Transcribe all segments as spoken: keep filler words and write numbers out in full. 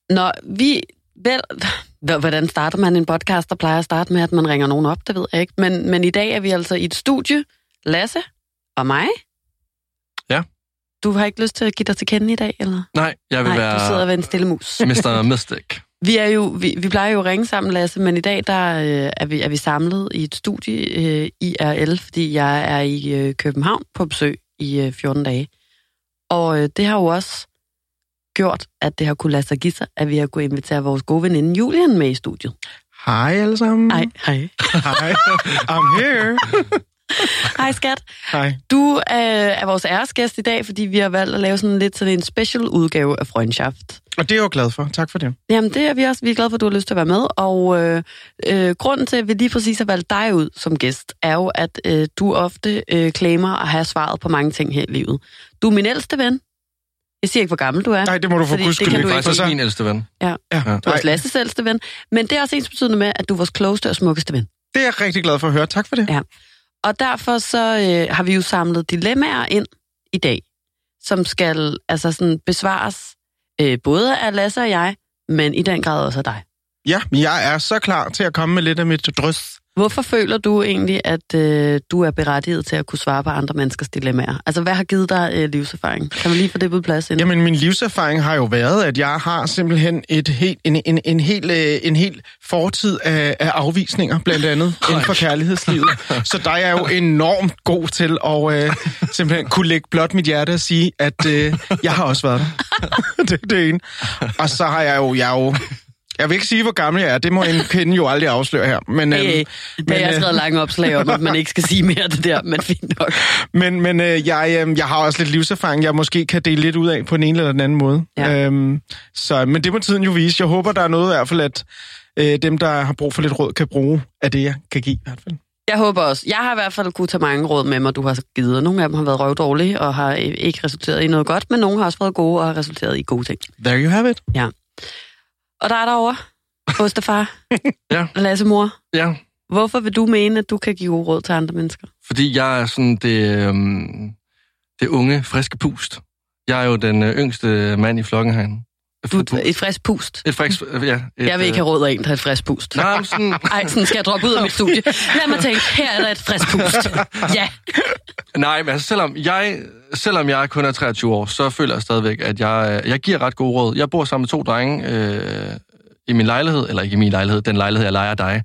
Når vi... Vel, hvordan starter man en podcast, der plejer at starte med, at man ringer nogen op? Det ved jeg ikke. Men, men i dag er vi altså i et studie. Lasse og mig. Ja. Du har ikke lyst til at give dig til kende i dag, eller? Nej, jeg vil Nej, være... du sidder ved en stille mus. mister Mystic. Vi, er jo, vi, vi plejer jo at ringe sammen, Lasse, men i dag der, øh, er, vi, er vi samlet i et studie øh, I R L, fordi jeg er i øh, København på besøg i øh, fjorten dage. Og øh, det har jo også gjort, at det har kunne lade sig give sig, at vi har kunnet invitere vores gode veninde Julian med i studiet. Hej alle sammen. Hej. Hej. Hej. I'm here. Hej skat. Hej. Du øh, er vores æresgæst i dag, fordi vi har valgt at lave sådan lidt sådan en special udgave af Freundschaft. Og det er jeg jo glad for. Tak for det. Jamen det er vi også. Vi er glade for, at du har lyst til at være med. Og øh, øh, grunden til, at vi lige præcis har valgt dig ud som gæst, er jo, at øh, du ofte øh, claimer at have svaret på mange ting her i livet. Du er min ældste ven. Jeg siger ikke, hvor gammel du er. Nej, det må du få gudskyld. Det er faktisk min ældste ven. Ja, ja. Du er også Lasses ældste ven. Men det er også ens betydende med, at du er vores klogeste og smukkeste ven. Det er jeg rigtig glad for at høre. Tak for det. Ja. Og derfor så øh, har vi jo samlet dilemmaer ind i dag, som skal altså sådan besvares øh, både af Lasse og jeg, men i den grad også af dig. Ja, jeg er så klar til at komme med lidt af mit drøs. Hvorfor føler du egentlig, at øh, du er berettiget til at kunne svare på andre menneskers dilemmaer? Altså, hvad har givet dig øh, livserfaring? Kan man lige få det på plads ind? Jamen, min livserfaring har jo været, at jeg har simpelthen et helt, en, en, en, hel, en hel fortid af, af afvisninger, blandt andet, inden for kærlighedslivet. Så der er jeg jo enormt god til at øh, simpelthen kunne lægge blot mit hjerte og sige, at øh, jeg har også været der. det er det ene. Og så har jeg jo... Jeg jo Jeg vil ikke sige, hvor gammel jeg er. Det må en kvinde jo aldrig afsløre her. Men, hey, hey. Det har jeg skrevet lange opslag om, at man ikke skal sige mere af det der, men fint nok. Men, men øh, jeg, øh, jeg har også lidt livserfaring, jeg måske kan dele lidt ud af på den ene eller den anden måde. Ja. Øhm, så, men det må tiden jo vise. Jeg håber, der er noget i hvert fald, at øh, dem, der har brug for lidt råd, kan bruge af det, jeg kan give i hvert fald. Jeg håber også. Jeg har i hvert fald kunne tage mange råd med mig, du har givet, og nogle af dem har været røvdårlige og har ikke resulteret i noget godt, men nogle har også været gode og har resulteret i gode ting. There you have it. Ja. Og der er derovre. Ostefar. Ja. Lasse mor. Ja. Hvorfor vil du mene, at du kan give gode råd til andre mennesker? Fordi jeg er sådan det, øhm, det unge, friske pust. Jeg er jo den øh, yngste mand i flokken herinde. Du er et frisk pust? Et frisk, ja. Et, jeg vil ikke have råd af en, der er et frisk pust. Nej, men sådan... Ej, sådan skal jeg droppe ud af mit studie. Lad mig tænke, her er der et frisk pust. Ja. Nej, men altså, selvom jeg, selvom jeg kun er treogtyve år, så føler jeg stadigvæk, at jeg, jeg giver ret gode råd. Jeg bor sammen med to drenge, øh, i min lejlighed, eller ikke i min lejlighed, den lejlighed, jeg lejer dig,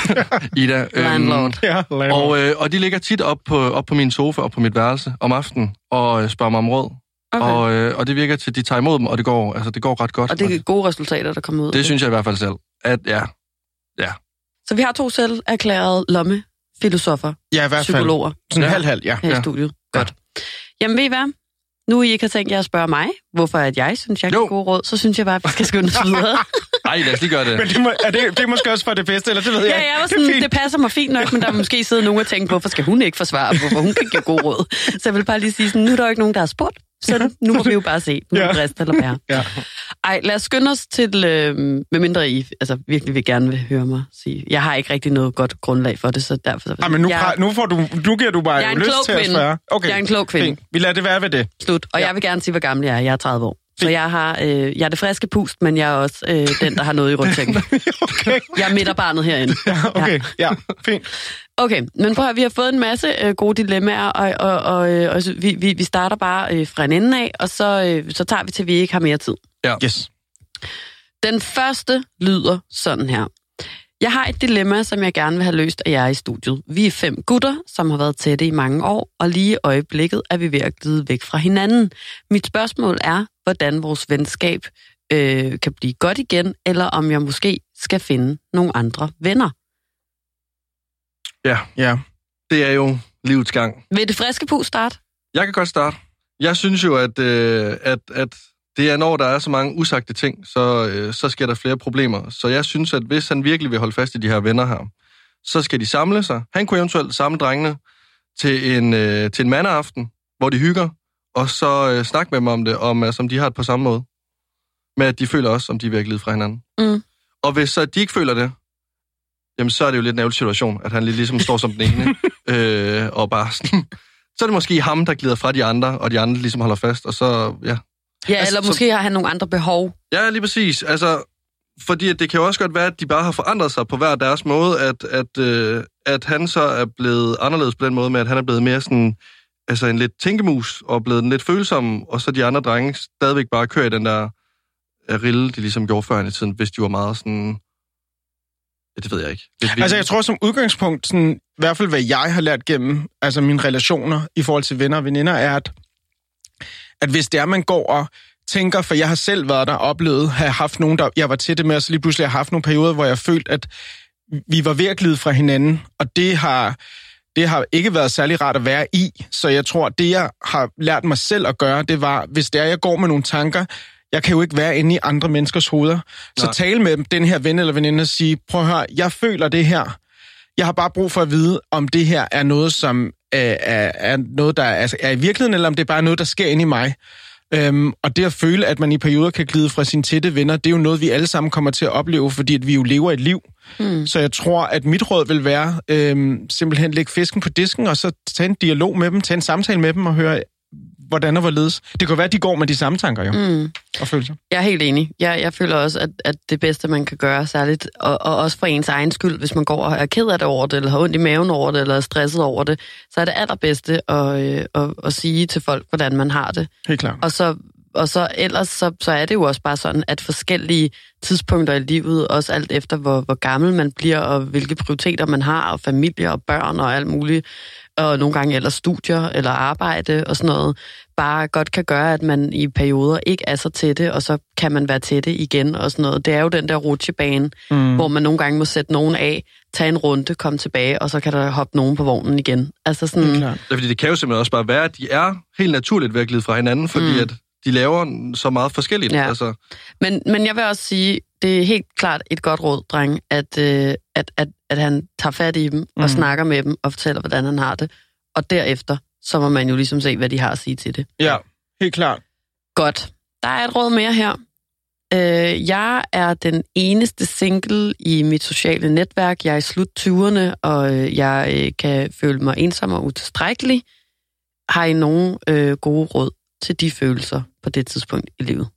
Ida. Landlord. Øhm, ja, landlord. Og, øh, og de ligger tit op på, op på min sofa og på mit værelse om aftenen og øh, spørger mig om råd. Okay. Og, øh, og det virker til, at de tager imod dem, og det går, altså, det går ret godt. Og det er gode resultater, der kommer ud. Det synes jeg i hvert fald selv. At, ja. ja. Så vi har to selv erklærede lommefilosofer, ja, i hvert fald. Psykologer. Sådan ja. halv-halv, ja. Her i studiet. Ja. Godt. Jamen ved I hvad? Nu I ikke har tænkt jer at spørge mig, hvorfor at jeg synes, jeg kan gode råd, så synes jeg bare, at vi skal skynde os videre. Nej, lad os lige gøre det. Men det, må, er det, det er måske også for det bedste, eller det ved jeg ja, jeg var sådan, det, det passer mig fint nok, men der måske sidder nogen og tænker, hvorfor skal hun ikke forsvare, hvorfor hun kan give gode råd. Så jeg vil bare lige sige sådan, nu er der jo ikke nogen, der har spurgt, så nu må vi jo bare se, nu er det rest eller bære. Ja. Ej, lad os skynde os til, øh, medmindre I altså, virkelig vil gerne vil høre mig sige. Jeg har ikke rigtig noget godt grundlag for det, så derfor... Ej, men nu, jeg, nu, får du, nu giver du bare lyst til at spørge. Okay. Jeg er en klog kvinde. Fint. Vi lader det være ved det. Slut. Og ja. Jeg vil gerne sige, hvor gammel jeg er. Jeg er tredive år. Så jeg, har, øh, jeg er det friske pust, men jeg er også øh, den, der har noget i rygsækken. Okay. Jeg er midterbarnet herinde. Ja, okay. Ja, fint. Okay, men prøv at vi har fået en masse øh, gode dilemmaer, og, og, og, øh, og vi, vi, vi starter bare øh, fra en ende af, og så, øh, så tager vi til, vi ikke har mere tid. Ja. Yes. Den første lyder sådan her. Jeg har et dilemma, som jeg gerne vil have løst af jer i studiet. Vi er fem gutter, som har været tætte i mange år, og lige i øjeblikket er vi ved at glide væk fra hinanden. Mit spørgsmål er, hvordan vores venskab øh, kan blive godt igen, eller om jeg måske skal finde nogle andre venner. Ja, ja. Det er jo livets gang. Vil det friske pus starte? Jeg kan godt starte. Jeg synes jo, at, øh, at, at det er, når der er så mange usagte ting, så, øh, så sker der flere problemer. Så jeg synes, at hvis han virkelig vil holde fast i de her venner her, så skal de samle sig. Han kunne eventuelt samle drengene til en, øh, til en mandeaften, hvor de hygger, og så øh, snakke med dem om det, om, altså, om de har det på samme måde. Med at de føler også, om de er ved at glide fra hinanden. Mm. Og hvis så de ikke føler det, jamen så er det jo lidt en ærgerlig situation, at han lige ligesom står som den ene, øh, og bare sådan, så er det måske ham, der glider fra de andre, og de andre ligesom holder fast, og så, ja, Ja, altså, eller måske så, har han nogle andre behov. Ja, lige præcis. Altså, fordi at det kan jo også godt være, at de bare har forandret sig på hver deres måde, at, at, øh, at han så er blevet anderledes på den måde med, at han er blevet mere sådan, altså en lidt tænkemus, og blevet en lidt følsom, og så de andre drenge stadigvæk bare kører i den der rille, de ligesom gjorde før i tiden, hvis de var meget sådan... Ja, det ved jeg ikke. Altså, jeg tror som udgangspunkt, sådan, i hvert fald hvad jeg har lært gennem altså mine relationer i forhold til venner og veninder, er, at, at hvis det er, man går og tænker, for jeg har selv været der og oplevet, have haft nogen, der jeg var tætte med, og så lige pludselig har haft nogle perioder, hvor jeg følt, at vi var ved at glide fra hinanden, og det har, det har ikke været særlig rart at være i, så jeg tror, det jeg har lært mig selv at gøre, det var, hvis det er, jeg går med nogle tanker, jeg kan jo ikke være inde i andre menneskers hoveder. Så Nej. Tale med den her ven eller veninde og sige, prøv at høre, jeg føler det her. Jeg har bare brug for at vide, om det her er noget, som øh, er, er noget, der er, er i virkeligheden, eller om det er bare noget, der sker inde i mig. Øhm, og det at føle, at man i perioder kan glide fra sine tætte venner, det er jo noget, vi alle sammen kommer til at opleve, fordi at vi jo lever et liv. Mm. Så jeg tror, at mit råd vil være øhm, simpelthen lægge fisken på disken, og så tage en dialog med dem, tage en samtale med dem og høre, hvordan og hvorledes. Det kan være, at de går med de samme tanker, jo. Mm. Og følelser. Jeg er helt enig. Jeg, jeg føler også, at, at det bedste, man kan gøre, særligt, og, og også for ens egen skyld, hvis man går og er ked af det over det, eller har ondt i maven over det, eller er stresset over det, så er det allerbedste at, øh, at, at sige til folk, hvordan man har det. Helt klart. Og så, og så ellers, så, så er det jo også bare sådan, at forskellige tidspunkter i livet, også alt efter, hvor, hvor gammel man bliver, og hvilke prioriteter man har, og familie og børn og alt muligt, og nogle gange ellers studier eller arbejde og sådan noget, bare godt kan gøre, at man i perioder ikke er så tætte, og så kan man være tætte igen og sådan noget. Det er jo den der rutsjebane, mm. hvor man nogle gange må sætte nogen af, tage en runde, komme tilbage, og så kan der hoppe nogen på vognen igen. Altså sådan... Det er fordi det kan jo simpelthen også bare være, at de er helt naturligt ved at glide fra hinanden, fordi mm. at de laver så meget forskelligt. Ja. Altså. Men, men jeg vil også sige, det er helt klart et godt råd, dreng, at, øh, at, at, at han tager fat i dem og mm. snakker med dem og fortæller, hvordan han har det. Og derefter, så må man jo ligesom se, hvad de har at sige til det. Ja, helt klart. Godt. Der er et råd mere her. Øh, jeg er den eneste single i mit sociale netværk. Jeg er i slut tyverne, og jeg øh, kan føle mig ensom og utilstrækkelig. Har I nogen øh, gode råd til de følelser på det tidspunkt i livet?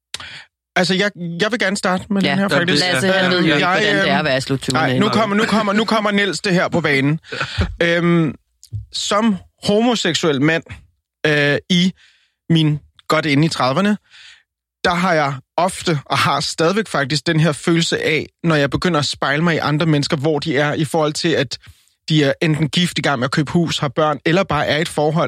Altså, jeg, jeg vil gerne starte med ja. den her, faktisk. Lasse, jeg ved jo ikke, hvordan det er at være i slut tyverne. Nej, nu kommer, nu kommer, nu kommer Niels det her på banen. øhm, som homoseksuel mand øh, i min godt inde i trediverne, der har jeg ofte, og har stadigvæk faktisk, den her følelse af, når jeg begynder at spejle mig i andre mennesker, hvor de er, i forhold til, at de er enten gift i gang med at købe hus, har børn, eller bare er i et forhold.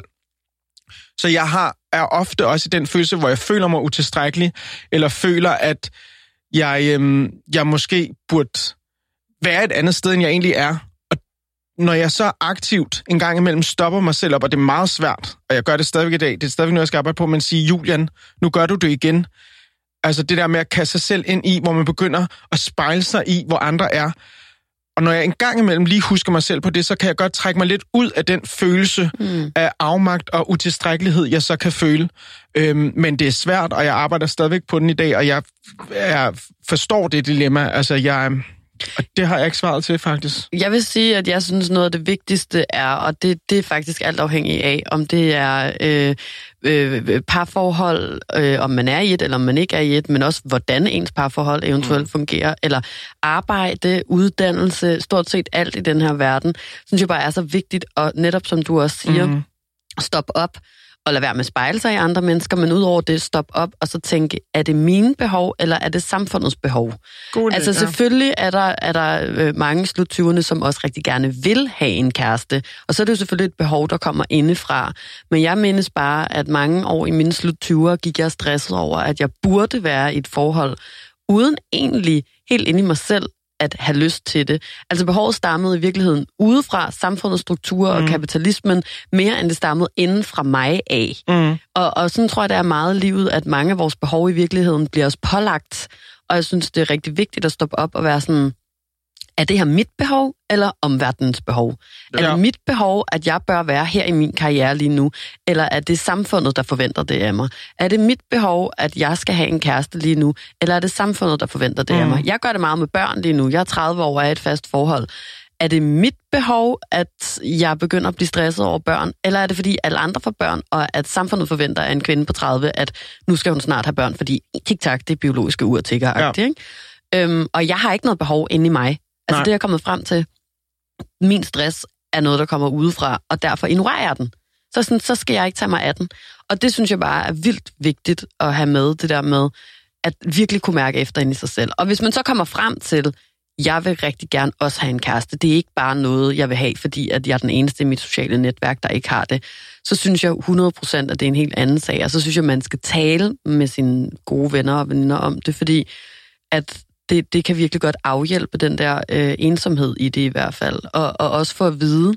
Så jeg har, er ofte også i den følelse, hvor jeg føler mig utilstrækkelig, eller føler, at jeg, øhm, jeg måske burde være et andet sted, end jeg egentlig er. Og når jeg så aktivt en gang imellem stopper mig selv op, og det er meget svært, og jeg gør det stadigvæk i dag, det er stadigvæk noget, jeg skal arbejde på, men sige, Julian, nu gør du det igen. Altså det der med at kaste sig selv ind i, hvor man begynder at spejle sig i, hvor andre er. Og når jeg en gang imellem lige husker mig selv på det, så kan jeg godt trække mig lidt ud af den følelse mm. af afmagt og utilstrækkelighed, jeg så kan føle. Øhm, men det er svært, og jeg arbejder stadigvæk på den i dag, og jeg, jeg forstår det dilemma. Altså, jeg... Og det har jeg ikke svaret til, faktisk. Jeg vil sige, at jeg synes, noget af det vigtigste er, og det, det er faktisk alt afhængigt af, om det er øh, øh, parforhold, øh, om man er i et, eller om man ikke er i et, men også hvordan ens parforhold eventuelt mm. fungerer, eller arbejde, uddannelse, stort set alt i den her verden, synes jeg bare er så vigtigt, og netop som du også siger, mm. stop op, og lade være med at spejle sig i andre mennesker, men udover det, stop op og så tænke, er det mine behov, eller er det samfundets behov? God altså idé, selvfølgelig er der, er der øh, mange slut tyverne, som også rigtig gerne vil have en kæreste, og så er det jo selvfølgelig et behov, der kommer indefra. Men jeg mindes bare, at mange år i mine slut tyvere gik jeg stresset over, at jeg burde være i et forhold, uden egentlig helt inde i mig selv, at have lyst til det. Altså behovet stammede i virkeligheden udefra samfundets strukturer mm. og kapitalismen, mere end det stammede inden fra mig af. Mm. Og, og sådan tror jeg, det er meget i livet, at mange af vores behov i virkeligheden bliver os pålagt. Og jeg synes, det er rigtig vigtigt at stoppe op og være sådan, er det her mit behov, eller omverdenens behov? Ja. Er det mit behov, at jeg bør være her i min karriere lige nu? Eller er det samfundet, der forventer det af mig? Er det mit behov, at jeg skal have en kæreste lige nu? Eller er det samfundet, der forventer det mm. af mig? Jeg gør det meget med børn lige nu. Jeg er tredive år og er i et fast forhold. er det mit behov, at jeg begynder at blive stresset over børn, eller er det fordi alle andre får børn, og at samfundet forventer af en kvinde på tredive, at nu skal hun snart have børn, fordi tik-tak, det er biologiske ur tigger-agtigt, ja. Ikke? Øhm, og jeg har ikke noget behov inde i mig. Altså Nej. Det, jeg er kommet frem til, min stress er noget, der kommer udefra, og derfor ignorerer jeg den. Så, sådan, så skal jeg ikke tage mig af den. Og det synes jeg bare er vildt vigtigt at have med, det der med at virkelig kunne mærke efter ind i sig selv. Og hvis man så kommer frem til, jeg vil rigtig gerne også have en kæreste, det er ikke bare noget, jeg vil have, fordi at jeg er den eneste i mit sociale netværk, der ikke har det, så synes jeg hundrede procent, at det er en helt anden sag. Og så synes jeg, man skal tale med sine gode venner og veninder om det, fordi at det, det kan virkelig godt afhjælpe den der øh, ensomhed i det i hvert fald. Og, og også få at vide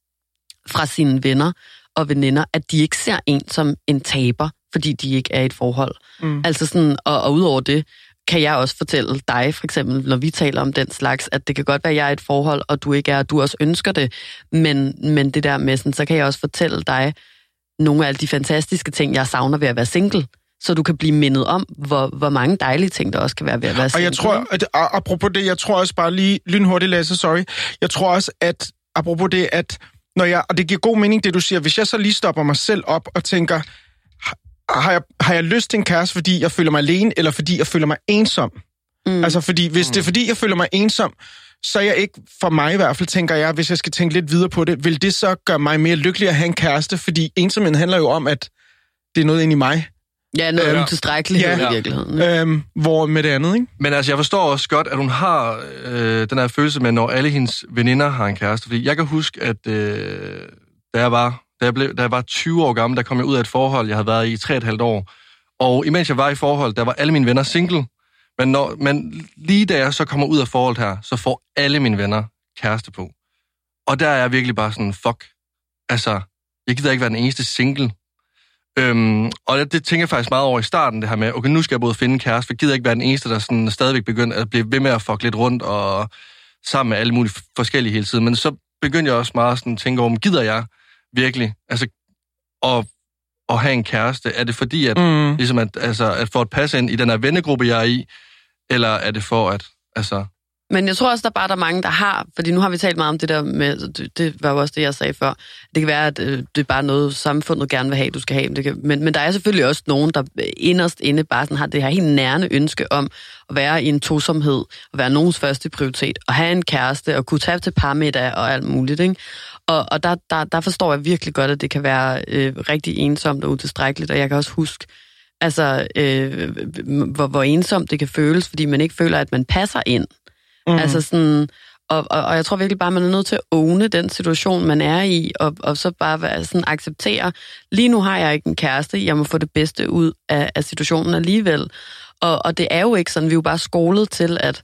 fra sine venner og veninder, at de ikke ser en som en taber, fordi de ikke er i et forhold. Mm. Altså sådan, og, og udover det, kan jeg også fortælle dig, for eksempel, når vi taler om den slags, at det kan godt være, at jeg er i et forhold, og du ikke er, og du også ønsker det, men, men det der med sådan, så kan jeg også fortælle dig nogle af alle de fantastiske ting, jeg savner ved at være single, så du kan blive mindet om, hvor, hvor mange dejlige ting, der også kan være ved at være single. Og jeg tror, at, apropos det, jeg tror også bare lige, lynhurtigt Lasse, sorry, jeg tror også, at apropos det, at når jeg, og det giver god mening, det du siger, hvis jeg så lige stopper mig selv op og tænker, har jeg, har jeg lyst til en kæreste, fordi jeg føler mig alene, eller fordi jeg føler mig ensom? Mm. Altså, fordi, hvis mm. det er, fordi jeg føler mig ensom, så er jeg ikke, for mig i hvert fald, tænker jeg, hvis jeg skal tænke lidt videre på det, vil det så gøre mig mere lykkelig at have en kæreste? Fordi ensomheden handler jo om, at det er noget inde i mig. Ja, noget øhm, utilstrækkelighed ja, i virkeligheden. Øhm, hvor med det andet, ikke? Men altså, jeg forstår også godt, at hun har øh, den her følelse med, når alle hendes veninder har en kæreste. Fordi jeg kan huske, at øh, da jeg var... Da jeg, blev, da jeg var tyve år gammel, der kom jeg ud af et forhold, jeg havde været i i tre og et halvt år. Og imens jeg var i forhold, der var alle mine venner single. Men, når, men lige da jeg så kommer ud af forholdet her, så får alle mine venner kæreste på. Og der er jeg virkelig bare sådan, fuck. Altså, jeg gider ikke være den eneste single. Øhm, og det, det tænker jeg faktisk meget over i starten, det her med, okay, nu skal jeg både finde en kæreste, for jeg gider ikke være den eneste, der sådan stadigvæk begynder at blive ved med at fuck lidt rundt og sammen med alle mulige forskellige hele tiden. Men så begyndte jeg også meget sådan at tænke over, gider jeg virkelig, altså, at, at have en kæreste? Er det fordi, at, mm. ligesom at, altså, at for at passe ind i den her vennegruppe, jeg er i, eller er det for at, altså... Men jeg tror også, der bare der er mange, der har, fordi nu har vi talt meget om det der med, det, det var jo også det, jeg sagde før, det kan være, at øh, det er bare noget, samfundet gerne vil have, du skal have, det kan, men, men der er selvfølgelig også nogen, der inderst inde bare sådan har det her helt nærende ønske om at være i en tosomhed, at være nogens første prioritet, at have en kæreste, og kunne tage til parmiddag og alt muligt, ikke? Og, og der, der, der forstår jeg virkelig godt, at det kan være øh, rigtig ensomt og utilstrækkeligt, og jeg kan også huske, altså, øh, hvor, hvor ensomt det kan føles, fordi man ikke føler, at man passer ind. Mm. Altså sådan, og, og, og jeg tror virkelig bare, man er nødt til at owne den situation, man er i, og, og så bare være, sådan, acceptere, lige nu har jeg ikke en kæreste, jeg må få det bedste ud af, af situationen alligevel. Og, og det er jo ikke sådan, vi er jo bare skolet til, at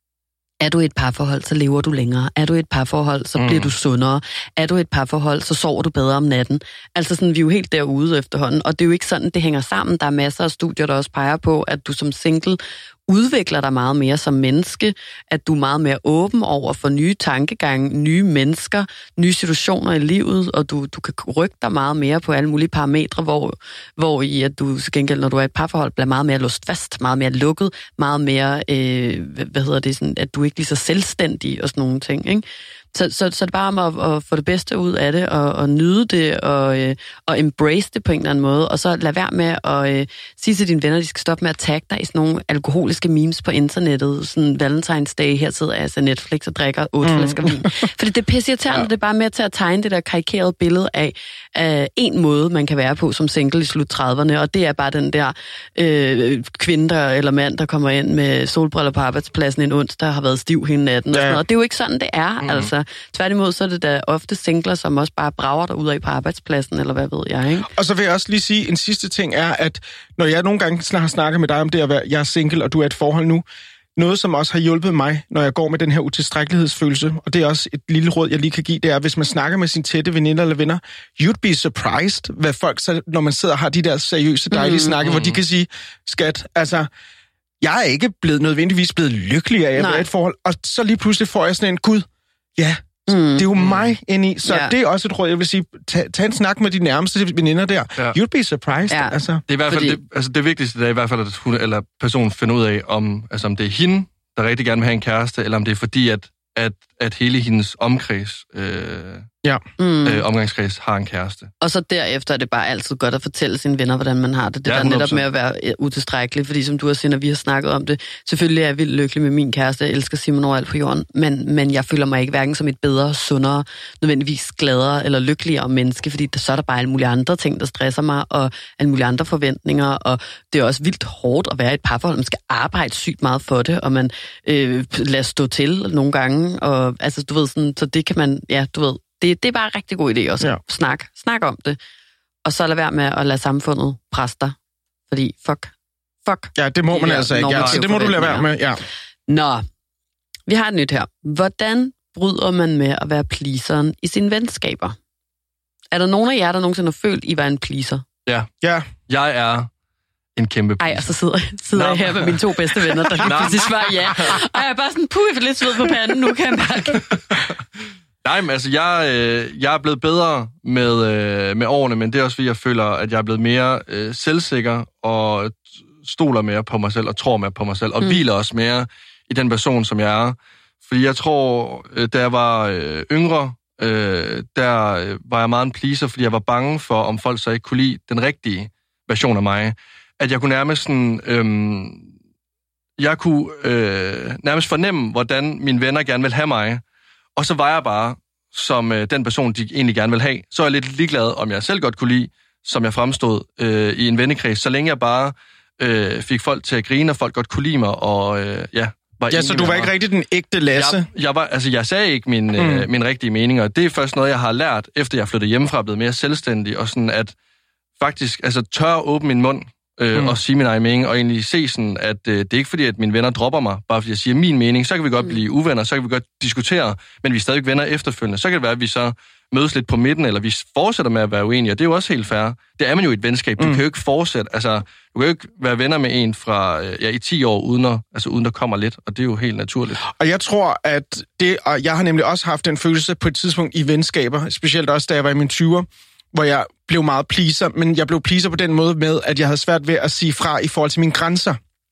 er du i et parforhold, så lever du længere. Er du i et parforhold, så bliver mm. du sundere. Er du i et parforhold, så sover du bedre om natten. Altså sådan, vi er jo helt derude efterhånden, og det er jo ikke sådan, det hænger sammen. Der er masser af studier, der også peger på, at du som single udvikler dig meget mere som menneske, at du er meget mere åben over for nye tankegange, nye mennesker, nye situationer i livet, og du, du kan rykke dig meget mere på alle mulige parametre, hvor, hvor i at du til gengæld, når du er i et parforhold, bliver meget mere låst fast, meget mere lukket, meget mere, øh, hvad hedder det, sådan, at du ikke er lige så selvstændig og sådan nogle ting, ikke? Så, så, så det er bare om at, at få det bedste ud af det, og, og nyde det, og, øh, og embrace det på en eller anden måde, og så lad være med at øh, sige til dine venner, at de skal stoppe med at tagge dig i sådan nogle alkoholiske memes på internettet, sådan Valentine's Day, her sidder jeg altså Netflix og drikker otte mm. flasker vin. Fordi det er pisseirriterende, ja. Det er bare med til at tegne det der karikerede billede af øh, en måde, man kan være på som single i slut trediverne, og det er bare den der øh, kvinde der, eller mand, der kommer ind med solbriller på arbejdspladsen en onsdag, har været stiv hele natten, og sådan noget. Det er jo ikke sådan, det er, mm. altså. Tværtimod, så er det da ofte singler, som også bare brager derud af på arbejdspladsen, eller hvad ved jeg, ikke? Og så vil jeg også lige sige, en sidste ting er, at når jeg nogle gange har snakket med dig om det at være, jeg er single, og du er et forhold nu, noget, som også har hjulpet mig, når jeg går med den her utilstrækkelighedsfølelse, og det er også et lille råd, jeg lige kan give, det er, hvis man snakker med sine tætte veninder eller venner, you'd be surprised, hvad folk, så, når man sidder og har de der seriøse, dejlige mm, snakke, mm. hvor de kan sige, skat, altså, jeg er ikke blevet nødvendigvis blevet lykkelig af at være et forhold, og så lige pludselig får jeg sådan en, gud, ja, mm. det er jo mig inde i. Så yeah. det er også et råd, jeg vil sige, tag, tag en snak med de nærmeste veninder der. Yeah. You'd be surprised. Yeah. Altså. Det er i hvert fald Fordi... det, altså det vigtigste, det er i hvert fald, at hun eller personen finder ud af, om, altså om det er hende, der rigtig gerne vil have en kæreste, eller om det er fordi, at, at, at hele hendes omkreds, øh, ja. mm. øh, omgangskreds har en kæreste. Og så derefter er det bare altid godt at fortælle sine venner, hvordan man har det. Det ja, der netop med at være utilstrækkelig, fordi som du har sagt, når vi har snakket om det, selvfølgelig er jeg vildt lykkelig med min kæreste, jeg elsker Simon overalt på jorden, men, men jeg føler mig ikke hverken som et bedre, sundere, nødvendigvis gladere eller lykkeligere menneske, fordi der, så er der bare alle mulige andre ting, der stresser mig, og alle mulige andre forventninger, og det er også vildt hårdt at være i et parforhold. Man skal arbejde sygt meget for det, og man øh, lader stå til nogle gange, og altså, du ved sådan, så det kan man, ja, du ved, det, det er bare en rigtig god idé også. Ja. Snak, snak om det, og så lad være med at lade samfundet presse dig, fordi fuck, fuck. Ja, det må man altså ikke, ja, så det må du lade være med, ja. Nå, vi har et nyt her. Hvordan bryder man med at være pleaseren i sine venskaber? Er der nogen af jer, der nogensinde har følt, I var en pleaser? Ja. Ja. Jeg er en kæmpe pleaser. Ej, og så sidder, sidder jeg her med mine to bedste venner, der lige pludselig svarer ja. Og jeg er bare sådan, puh, jeg får lidt sved på panden, nu kan jeg mærke. Nej, men altså, jeg, øh, jeg er blevet bedre med, øh, med årene, men det er også, fordi jeg føler, at jeg er blevet mere øh, selvsikker, og stoler mere på mig selv, og tror mere på mig selv, og mm. hviler også mere i den person, som jeg er. Fordi jeg tror, øh, da jeg var øh, yngre, øh, der øh, var jeg meget en pleaser, fordi jeg var bange for, om folk så ikke kunne lide den rigtige version af mig. At jeg kunne nærmest sådan... Øh, jeg kunne øh, nærmest fornemme, hvordan mine venner gerne vil have mig, og så var jeg bare som øh, den person, de egentlig gerne vil have. Så er jeg lidt ligeglad, om jeg selv godt kunne lide, som jeg fremstod øh, i en vennekreds, så længe jeg bare øh, fik folk til at grine, og folk godt kunne lide mig, og øh, ja... Var ja, så du var ikke rigtig den ægte Lasse? Jeg, jeg, var, altså, jeg sagde ikke min, mm. øh, min rigtige mening, og det er først noget, jeg har lært, efter jeg flyttede hjemmefra, blevet mere selvstændig, og sådan at faktisk altså, tør at åbne min mund øh, mm. og sige min egen mening, og egentlig se sådan, at øh, det er ikke fordi, at mine venner dropper mig, bare fordi jeg siger min mening, så kan vi godt mm. blive uvenner, så kan vi godt diskutere, men vi er stadig venner efterfølgende. Så kan det være, at vi så mødes lidt på midten, eller vi fortsætter med at være uenige, og det er jo også helt fair. Det er man jo i et venskab. Du mm. kan jo ikke fortsætte, altså, du kan jo ikke være venner med en fra, ja, i ti år, uden at, altså, uden der kommer lidt, og det er jo helt naturligt. Og jeg tror, at det, og jeg har nemlig også haft den følelse på et tidspunkt i venskaber, specielt også da jeg var i mine tyvere, hvor jeg blev meget pleaser, men jeg blev pleaser på den måde med, at jeg havde svært ved at sige fra i forhold til mine grænser.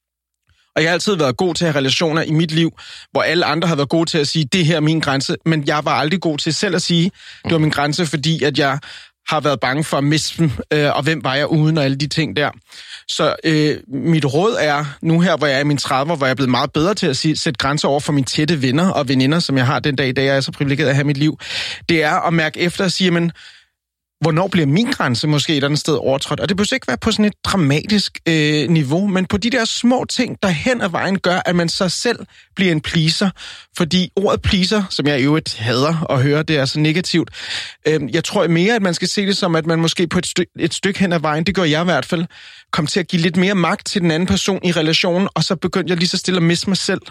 Og jeg har altid været god til at have relationer i mit liv, hvor alle andre har været gode til at sige, det her er min grænse, men jeg var aldrig god til selv at sige, det var min grænse, fordi at jeg har været bange for at miste dem, øh, og hvem var jeg uden, og alle de ting der. Så øh, mit råd er, nu her, hvor jeg er i mine trediver, hvor jeg er blevet meget bedre til at sige, sætte grænser over for mine tætte venner og veninder, som jeg har den dag i dag, jeg er så privilegeret at have mit liv, det er at mærke efter og sige, men hvornår bliver min grænse måske et eller andet sted overtrådt? Og det behøver ikke være på sådan et dramatisk øh, niveau, men på de der små ting, der hen ad vejen gør, at man så selv bliver en pleaser. Fordi ordet pleaser, som jeg i øvrigt hader at høre, det er så negativt. Øh, jeg tror mere, at man skal se det som, at man måske på et, styk, et stykke hen ad vejen, det gør jeg i hvert fald, kom til at give lidt mere magt til den anden person i relationen, og så begyndte jeg lige så stille at miste mig selv.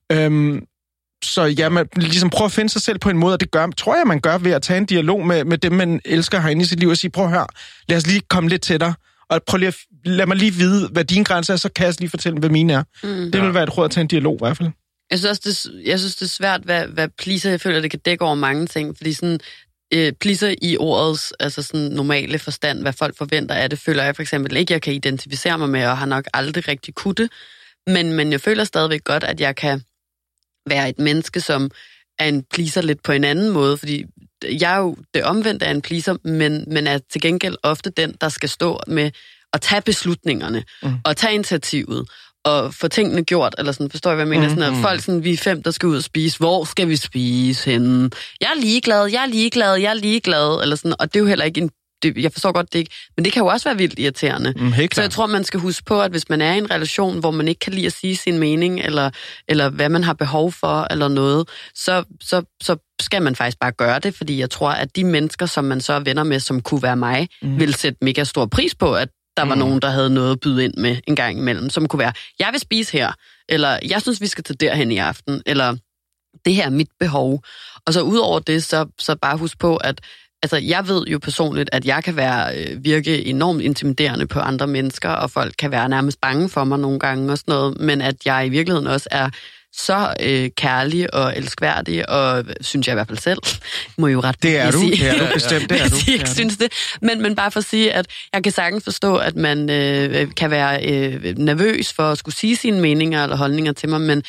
Øh, Så ja, man ligesom prøver at finde sig selv på en måde, og det gør, tror jeg, man gør ved at tage en dialog med, med dem, man elsker herinde i sit liv, og sige, prøv at høre, lad os lige komme lidt tættere, og prøv lige at, lad mig lige vide, hvad dine grænser er, så kan jeg lige fortælle, hvad mine er. Mm. Det vil være et råd at tage en dialog i hvert fald. Jeg synes også, det, jeg synes, det er svært, hvad, hvad pleaser, jeg føler, det kan dække over mange ting, fordi sådan, øh, pleaser i ordets altså sådan normale forstand, hvad folk forventer af det, føler jeg for eksempel ikke, jeg kan identificere mig med, og har nok aldrig rigtig kunne det, men, men jeg føler stadigvæk godt, at jeg kan være et menneske, som er en pleaser lidt på en anden måde, fordi jeg er jo det omvendte af en pleaser, men, men er til gengæld ofte den, der skal stå med at tage beslutningerne, mm. og tage initiativet, og få tingene gjort, eller sådan, forstår jeg, hvad jeg mener? Mm. Sådan, at folk sådan, vi er fem, der skal ud og spise, hvor skal vi spise henne? Jeg er ligeglad, jeg er ligeglad, jeg er ligeglad, eller sådan, og det er jo heller ikke en Det, jeg forstår godt det ikke, men det kan jo også være vildt irriterende. Mm, så jeg tror, man skal huske på, at hvis man er i en relation, hvor man ikke kan lide at sige sin mening, eller, eller hvad man har behov for, eller noget, så, så, så skal man faktisk bare gøre det, fordi jeg tror, at de mennesker, som man så er venner med, som kunne være mig, mm. vil sætte mega stor pris på, at der var mm. nogen, der havde noget at byde ind med en gang imellem, som kunne være, jeg vil spise her, eller jeg synes, vi skal tage derhen i aften, eller det her er mit behov. Og så ud over det, så, så bare husk på, at altså, jeg ved jo personligt, at jeg kan være øh, virke enormt intimiderende på andre mennesker, og folk kan være nærmest bange for mig nogle gange og sådan noget, men at jeg i virkeligheden også er så øh, kærlig og elskværdig, og synes jeg i hvert fald selv, må jo ret det er du, sige. Det er du bestemt, det er du. Jeg ikke synes det, men, men bare for at sige, at jeg kan sagtens forstå, at man øh, kan være øh, nervøs for at skulle sige sine meninger eller holdninger til mig, men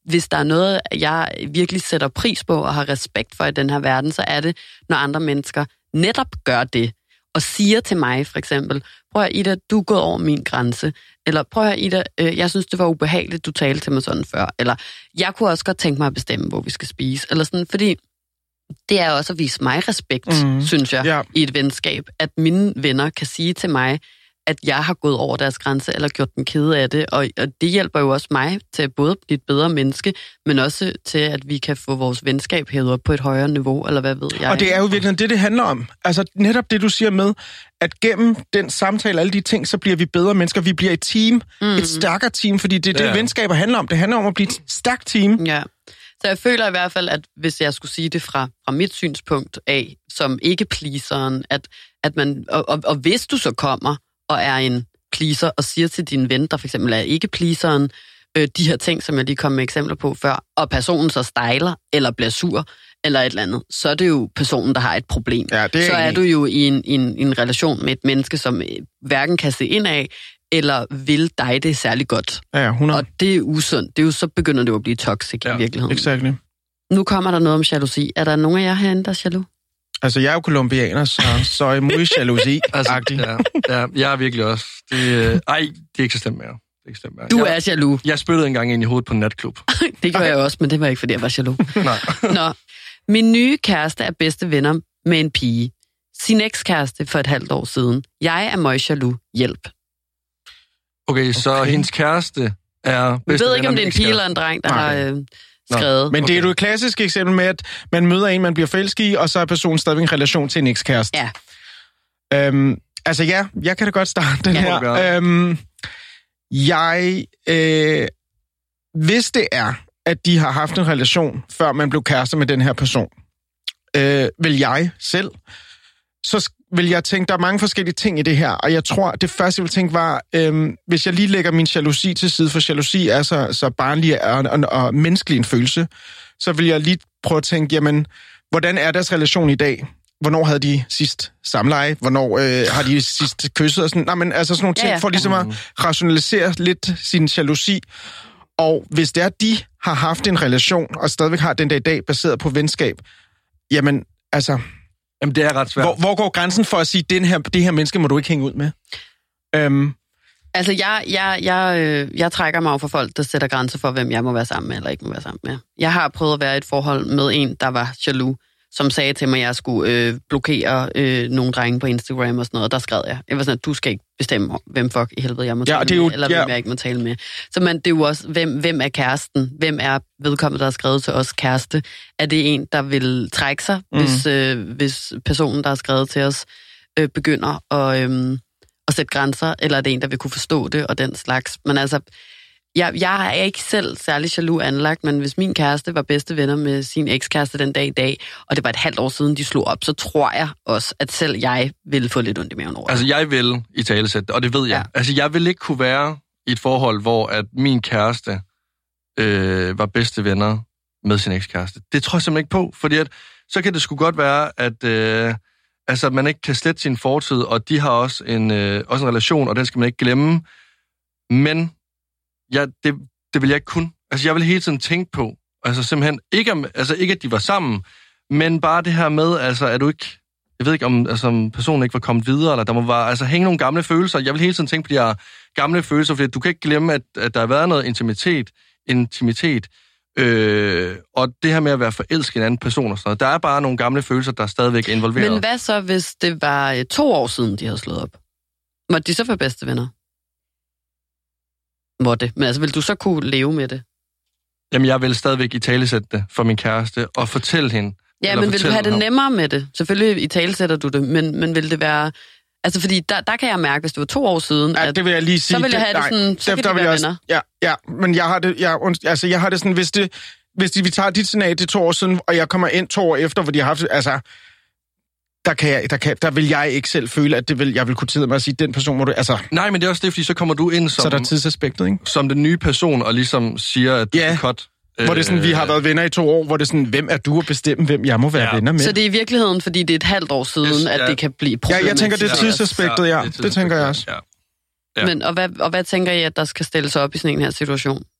hvis der er noget, jeg virkelig sætter pris på og har respekt for i den her verden, så er det, når andre mennesker netop gør det, og siger til mig for eksempel, prøv at Ida, du er gået over min grænse, eller prøv at Ida, øh, jeg synes, det var ubehageligt, du talte til mig sådan før, eller jeg kunne også godt tænke mig at bestemme, hvor vi skal spise, eller sådan, fordi det er også at vise mig respekt, mm, synes jeg, ja. i et venskab, at mine venner kan sige til mig, at jeg har gået over deres grænse, eller gjort den kede af det, og, og det hjælper jo også mig til at både blive et bedre menneske, men også til, at vi kan få vores venskab hævet op på et højere niveau, eller hvad ved jeg. Og det er jo virkelig det, det handler om. Altså netop det, du siger med, at gennem den samtale, alle de ting, så bliver vi bedre mennesker, vi bliver et team, mm. et stærkere team, fordi det er det, ja. venskaber handler om. Det handler om at blive et stærkt team. Ja. Så jeg føler i hvert fald, at hvis jeg skulle sige det fra, fra mit synspunkt af, som ikke-pleaseren, at, at man, og, og, og hvis du så kommer og er en pleaser og siger til din ven, der for eksempel er ikke-pleaseren, øh, de her ting, som jeg lige kom med eksempler på før, og personen så stejler eller bliver sur eller et eller andet, så er det jo personen, der har et problem. Ja, det er så er du jo i en, i, en, i en relation med et menneske, som hverken kan se ind af, eller vil dig det særlig godt. Ja, hundrede. Og det er usundt. Det er jo, så begynder det jo at blive toxic ja, i virkeligheden. Exactly. Nu kommer der noget om jalousi. Er der nogen af jer herinde, der er jaloux? Altså, jeg er jo kolumbianer, så, så er jeg muy jalousi. Altså, ja, ja, jeg er virkelig også. Det, øh, ej, det er ikke så slemt mere. Det er ikke slemt mere. Du jeg, er jaloux. Jeg spyttede engang ind i hovedet på en natklub. Det gør jeg også, men det var ikke, fordi jeg var jaloux. Nej. Nå, min nye kæreste er bedste venner med en pige. Sin ekskæreste for et halvt år siden. Jeg er meget jaloux. Hjælp. Okay, så okay. hendes kæreste er bedste Jeg ved ikke, om venner det er en pige eller en dreng, der Nej. har... Øh, skrevet. Men det er jo et klassisk eksempel med, at man møder en, man bliver forelsket i, og så er personen stadig en relation til en ekskæreste. Ja. Øhm, altså ja, jeg kan da godt starte den Ja, her. Øhm, jeg, øh, hvis det er, at de har haft en relation, før man blev kærester med den her person, øh, vil jeg selv, så vil jeg tænke, der er mange forskellige ting i det her, og jeg tror, det første, jeg vil tænke var, øhm, hvis jeg lige lægger min jalousi til side, for jalousi er så, så barnlig og, og, og menneskelig en følelse, så vil jeg lige prøve at tænke, jamen, hvordan er deres relation i dag? Hvornår havde de sidst samleje? Hvornår øh, har de sidst kysset? Og sådan, nej, men altså sådan nogle ting, ja, ja. for ligesom at rationalisere lidt sin jalousi. Og hvis det er, at de har haft en relation, og stadigvæk har den der i dag, baseret på venskab, jamen, altså... Jamen, det er ret svært. Hvor, hvor går grænsen for at sige, den her, det her menneske må du ikke hænge ud med? Øhm. Altså, jeg, jeg, jeg, øh, jeg trækker mig over for folk, der sætter grænser for, hvem jeg må være sammen med, eller ikke må være sammen med. Jeg har prøvet at være i et forhold med en, der var jaloux, som sagde til mig, at jeg skulle øh, blokere øh, nogle drenge på Instagram og sådan noget, og der skrev jeg. Jeg var sådan, at du skal ikke bestemme, hvem fuck i helvede jeg må tale ja, det er jo, med, eller ja. hvem jeg ikke må tale med. Så man, det er jo også, hvem, hvem er kæresten? Hvem er vedkommende, der har skrevet til os kæreste? Er det en, der vil trække sig, mm. hvis, øh, hvis personen, der har skrevet til os, øh, begynder at, øh, at sætte grænser, eller er det en, der vil kunne forstå det, og den slags? Men altså... Jeg, jeg er ikke selv særlig jaloux anlagt, men hvis min kæreste var bedste venner med sin ekskæreste den dag i dag, og det var et halvt år siden, de slog op, så tror jeg også, at selv jeg ville få lidt ondt i maven over det. Altså, jeg vil i talesæt, og det ved jeg. Ja. Altså, jeg vil ikke kunne være i et forhold, hvor at min kæreste øh, var bedste venner med sin ekskæreste. Det tror jeg simpelthen ikke på, fordi at, så kan det sgu godt være, at øh, altså, man ikke kan slette sin fortid, og de har også en, øh, også en relation, og den skal man ikke glemme. Men ja, det, det vil jeg ikke kun. Altså, jeg vil hele tiden tænke på, altså simpelthen, ikke, om, altså, ikke at de var sammen, men bare det her med, altså, er du ikke, jeg ved ikke, om, altså, om personen ikke var kommet videre, eller der må bare, altså, hænge nogle gamle følelser. Jeg vil hele tiden tænke på de her gamle følelser, fordi du kan ikke glemme, at, at der har været noget intimitet, intimitet, øh, og det her med at være forelsket i en anden person og sådan noget. Der er bare nogle gamle følelser, der er stadigvæk involveret. Men hvad så, hvis det var to år siden, de havde slået op? Måtte de så være bedste venner? Måtte. Men altså, vil du så kunne leve med det? Jamen, jeg vil stadigvæk i talesætte det for min kæreste, og fortælle hende. Ja, men vil du have det nemmere med det? Selvfølgelig i talesætter du det, men, men vil det være... Altså, fordi der, der kan jeg mærke, hvis det var to år siden, ja, at, det vil jeg lige sige. Så vil jeg have det, det sådan, så kan de være venner. Ja, ja, men jeg har det, jeg, altså, jeg har det sådan, hvis det... Hvis de, vi tager dit scenarie til to år siden, og jeg kommer ind to år efter, hvor de har haft... Altså, der, kan jeg, der, kan, der vil jeg ikke selv føle, at det vil, jeg vil kunne tillade mig at sige, den person må du... Altså, nej, men det er også det, fordi så kommer du ind som... Så der er tidsaspektet, ikke? Som den nye person, og ligesom siger, at du ja, er cut. Hvor det er sådan, vi har været venner i to år, hvor det er sådan, hvem er du at bestemme, hvem jeg må være ja. venner med? Så det er i virkeligheden, fordi det er et halvt år siden, yes, at ja. det kan blive problematisk. Ja, jeg tænker, det er tidsaspektet, ja. ja. Det, det tænker jeg også. Ja. Ja. Men, og, hvad, og hvad tænker I, at der skal stilles op i sådan en her situation?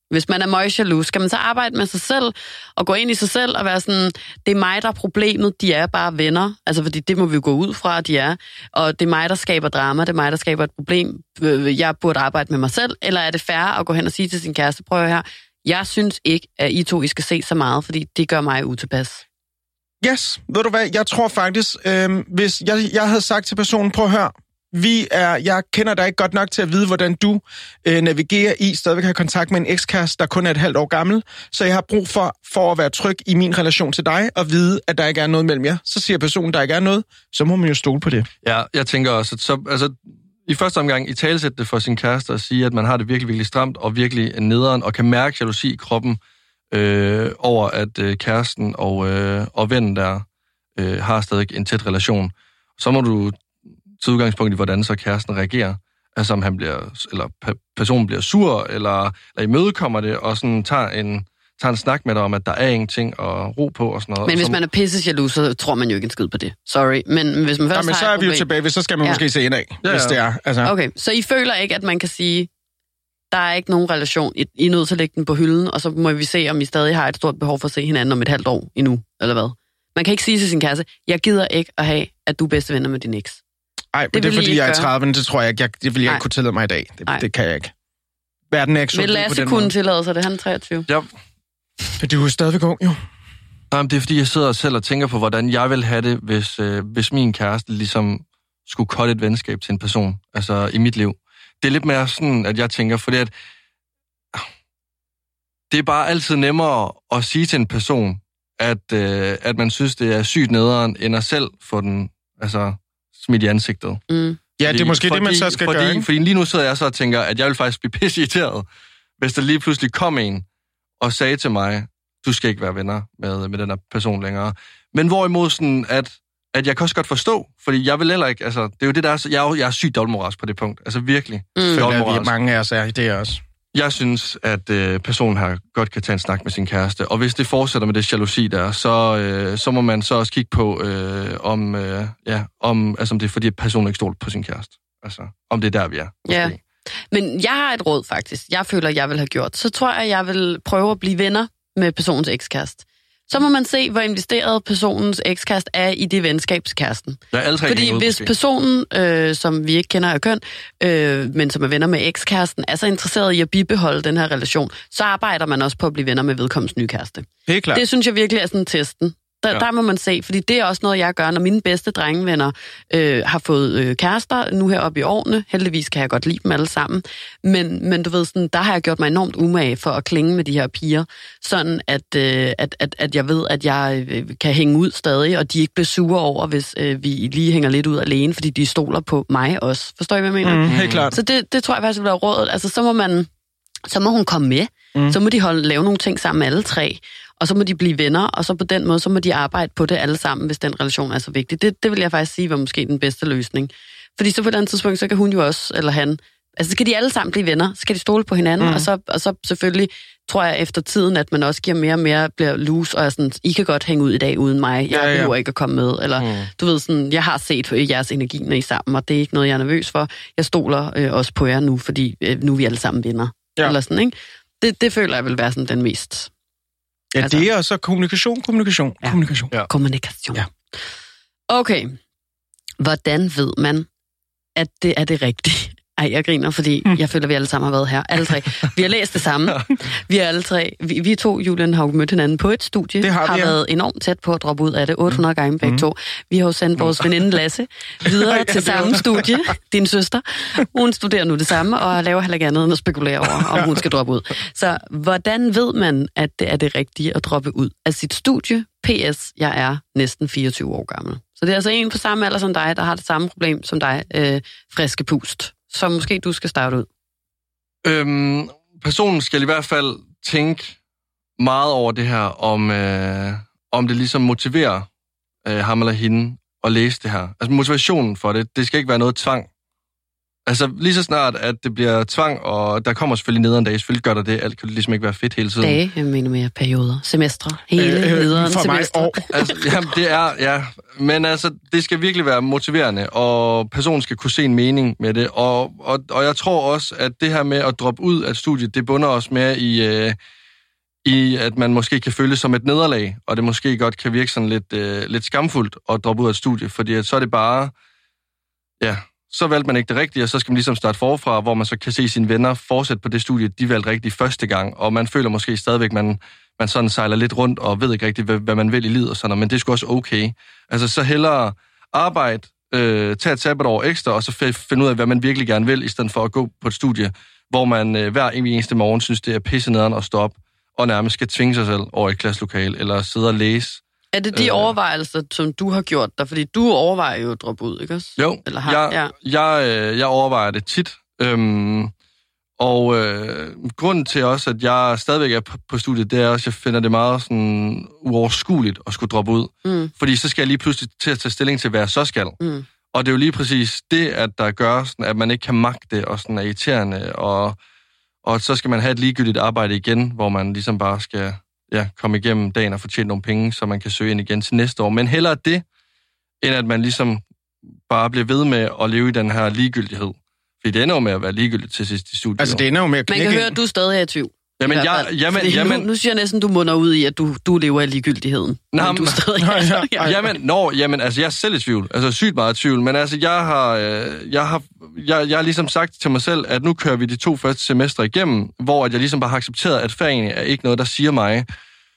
Hvis man er meget jaloux, skal man så arbejde med sig selv og gå ind i sig selv og være sådan, det er mig, der er problemet, de er bare venner. Altså, fordi det må vi jo gå ud fra, at de er. Og det er mig, der skaber drama, det er mig, der skaber et problem. Jeg burde arbejde med mig selv. Eller er det fair at gå hen og sige til sin kæreste, prøv her, jeg synes ikke, at I to I skal se så meget, fordi det gør mig utilpas. Yes, ved du hvad, jeg tror faktisk, øh, hvis jeg, jeg havde sagt til personen, prøv at høre, vi er, jeg kender dig ikke godt nok til at vide, hvordan du øh, navigerer i, stadigvæk har kontakt med en ekskæreste, der kun er et halvt år gammel, så jeg har brug for, for at være tryg i min relation til dig, og vide, at der ikke er noget mellem jer. Så siger personen, der ikke er noget, så må man jo stole på det. Ja, jeg tænker også, at så, altså, i første omgang i talesætte det for sin kæreste og sige, at man har det virkelig, virkelig stramt og virkelig nederen, og kan mærke jalousi i kroppen øh, over, at øh, kæresten og, øh, og vennen der øh, har stadig en tæt relation. Så må du til udgangspunkt i, hvordan så kæresten reagerer. Altså om han bliver, eller personen bliver sur, eller, eller imødekommer det, og sådan tager en, tager en snak med dig om, at der er ingenting at ro på og sådan noget. Men hvis man er pisse jaloux, så tror man jo ikke en skid på det. Sorry. Men hvis man først ja, men har så er vi problem... jo tilbage, så skal man ja. måske se indad, ja, ja. hvis det er. Altså. Okay, så I føler ikke, at man kan sige, der er ikke nogen relation. I, I er nødt til at lægge den på hylden, og så må vi se, om I stadig har et stort behov for at se hinanden om et halvt år endnu, eller hvad? Man kan ikke sige til sin kæreste, jeg gider ikke at have, at du er bedste venner med din eks. Nej, men det, det er fordi, jeg er tredive, det tror jeg ikke. Jeg, det vil jeg Ej. ikke kunne tillade mig i dag. Det, det kan jeg ikke. Verden er ikke så vil Lasse kunne tillade sig det? Han er treogtyve. Ja. For du er jo stadigvæk ung, jo. Jamen, det er fordi, jeg sidder selv og tænker på, hvordan jeg vil have det, hvis, øh, hvis min kæreste ligesom skulle cutte et venskab til en person, altså i mit liv. Det er lidt mere sådan, at jeg tænker, fordi at det er bare altid nemmere at sige til en person, at, øh, at man synes, det er sygt nederen, end at selv få den altså, smidt i ansigtet. Mm. Ja, det er måske fordi, det, man så skal fordi, gøre, ikke? Fordi lige nu sidder jeg så og tænker, at jeg vil faktisk blive pisseirriteret, hvis der lige pludselig kom en og sagde til mig, du skal ikke være venner med, med den her person længere. Men hvorimod sådan, at, at jeg kan også godt forstå, fordi jeg vil heller ikke, altså, det er jo det, der er, jeg er, jeg er sygt dobbeltmoralsk på det punkt. Altså virkelig. Mm. Føler vi mange af os er i det også. Jeg synes, at øh, personen her godt kan tage en snak med sin kæreste, og hvis det fortsætter med det jalousi der, så, øh, så må man så også kigge på, øh, om, øh, ja, om, altså, om det er fordi, at personen ikke stoler på sin kæreste. Altså, om det er der, vi er. Ja, men jeg har et råd faktisk, jeg føler, jeg vil have gjort. Så tror jeg, jeg vil prøve at blive venner med personens ekskæreste. Så må man se, hvor investeret personens ekskæreste er i det venskabskæresten. Ja, alle tre Fordi ud, hvis måske. personen, øh, som vi ikke kender af køn, øh, men som er venner med ekskæresten, er så interesseret i at bibeholde den her relation, så arbejder man også på at blive venner med vedkommens nye kæreste. Det er klart. Det synes jeg virkelig er sådan testen. Der, ja. der må man se, fordi det er også noget, jeg gør, når mine bedste drengevenner øh, har fået øh, kærester nu her oppe i årene. Heldigvis kan jeg godt lide dem alle sammen. Men, men du ved, sådan, der har jeg gjort mig enormt umage for at klinge med de her piger, sådan at, øh, at, at, at jeg ved, at jeg øh, kan hænge ud stadig, og de ikke bliver sure over, hvis øh, vi lige hænger lidt ud alene, fordi de stoler på mig også. Forstår I, hvad jeg mener? Mm, helt klart. Så det, det tror jeg faktisk vil være rådet. Altså, så må man, så må hun komme med. Mm. Så må de holde, lave nogle ting sammen med alle tre. Og så må de blive venner, og så på den måde, så må de arbejde på det alle sammen, hvis den relation er så vigtig. Det, det vil jeg faktisk sige var måske den bedste løsning. Fordi så på et eller andet tidspunkt, så kan hun jo også, eller han, altså så kan de alle sammen blive venner, så kan de stole på hinanden, mm. og, så, og så selvfølgelig tror jeg efter tiden, at man også giver mere og mere, bliver loose, og er sådan, I kan godt hænge ud i dag uden mig, jeg ja, ja. behøver ikke at komme med, eller mm. du ved sådan, jeg har set jeres energi, når I er sammen, og det er ikke noget, jeg er nervøs for. Jeg stoler øh, også på jer nu, fordi øh, nu er vi alle sammen venner. Ja. Eller sådan, ikke? Det, det føler jeg vil være sådan den mest... Ja, altså, det er også kommunikation, kommunikation, ja. kommunikation. Ja. Kommunikation. Ja. Okay. Hvordan ved man, at det er det rigtige? Ej, jeg griner, fordi mm. jeg føler, at vi alle sammen har været her. Alle tre. Vi har læst det samme. Vi er alle tre. Vi, vi to, Julian, har jo mødt hinanden på et studie. Det har vi, har ja. været enormt tæt på at droppe ud af det. otte hundrede gange begge mm. to. Vi har jo sendt vores veninde Lasse videre ja, til samme studie. Din søster. Hun studerer nu det samme, og laver heller ikke andet end at spekulere over, om hun skal droppe ud. Så hvordan ved man, at det er det rigtige at droppe ud af sit studie? P S. Jeg er næsten fireogtyve år gammel. Så det er altså en på samme alder som dig, der har det samme problem som dig. Øh, friske pust. Så måske du skal starte ud. Øhm, personen skal i hvert fald tænke meget over det her, om, øh, om det ligesom motiverer øh, ham eller hende at læse det her. Altså motivationen for det, det skal ikke være noget tvang. Altså lige så snart, at det bliver tvang, og der kommer selvfølgelig nederen dage, selvfølgelig gør der det, alt kan ligesom ikke være fedt hele tiden. Dage, jeg mener mere perioder, semestre, hele øh, øh, nederen semestre. Altså, jamen, det er, ja, men altså, det skal virkelig være motiverende, og personen skal kunne se en mening med det, og, og, og jeg tror også, at det her med at droppe ud af studiet, det bunder også mere i, øh, i, at man måske kan føle som et nederlag, og det måske godt kan virke sådan lidt, øh, lidt skamfuldt at droppe ud af et studie, fordi at så er det bare, ja, så valgte man ikke det rigtige, og så skal man ligesom starte forfra, hvor man så kan se sine venner fortsætte på det studie, de valgte rigtigt første gang, og man føler måske stadigvæk, man man sådan sejler lidt rundt og ved ikke rigtigt, hvad, hvad man vil i livet og sådan noget, men det er sgu også okay. Altså så hellere arbejde, øh, tage et sabbatår ekstra, og så finde ud af, hvad man virkelig gerne vil, i stedet for at gå på et studie, hvor man øh, hver eneste morgen synes, det er pisse nederen at stå op, og nærmest skal tvinge sig selv over et klasselokale, eller sidde og læse. Er det de øh, overvejelser, som du har gjort dig? Fordi du overvejer jo at droppe ud, ikke også? Jo, Eller har, jeg, ja. jeg, øh, jeg overvejer det tit. Øhm, og øh, grunden til også, at jeg stadigvæk er på, på studiet, det er også, at jeg finder det meget sådan uoverskueligt at skulle droppe ud. Mm. Fordi så skal jeg lige pludselig til at tage stilling til, hvad jeg så skal. Mm. Og det er jo lige præcis det, at der gør, sådan, at man ikke kan magte det, og sådan er irriterende, og, og så skal man have et ligegyldigt arbejde igen, hvor man ligesom bare skal... ja, komme igennem dagen og fortjene nogle penge, så man kan søge ind igen til næste år. Men hellere det, end at man ligesom bare bliver ved med at leve i den her ligegyldighed. Fordi det ender jo med at være ligegyldigt til sidst i studiet. Altså det ender jo med at man kan høre, at du stadig er i tvivl. Jamen, jeg, jamen, jamen, nu, nu siger jeg næsten, du munder ud i, at du, du lever i ligegyldigheden. Nej, du stadig nej, ja, ja. Jamen, nå, jamen, altså, jeg er selv i tvivl. Altså, sygt meget i tvivl. Men altså, jeg har, øh, jeg har, jeg, jeg har ligesom sagt til mig selv, at nu kører vi de to første semestre igennem, hvor jeg ligesom bare har accepteret, at fagene er ikke noget, der siger mig.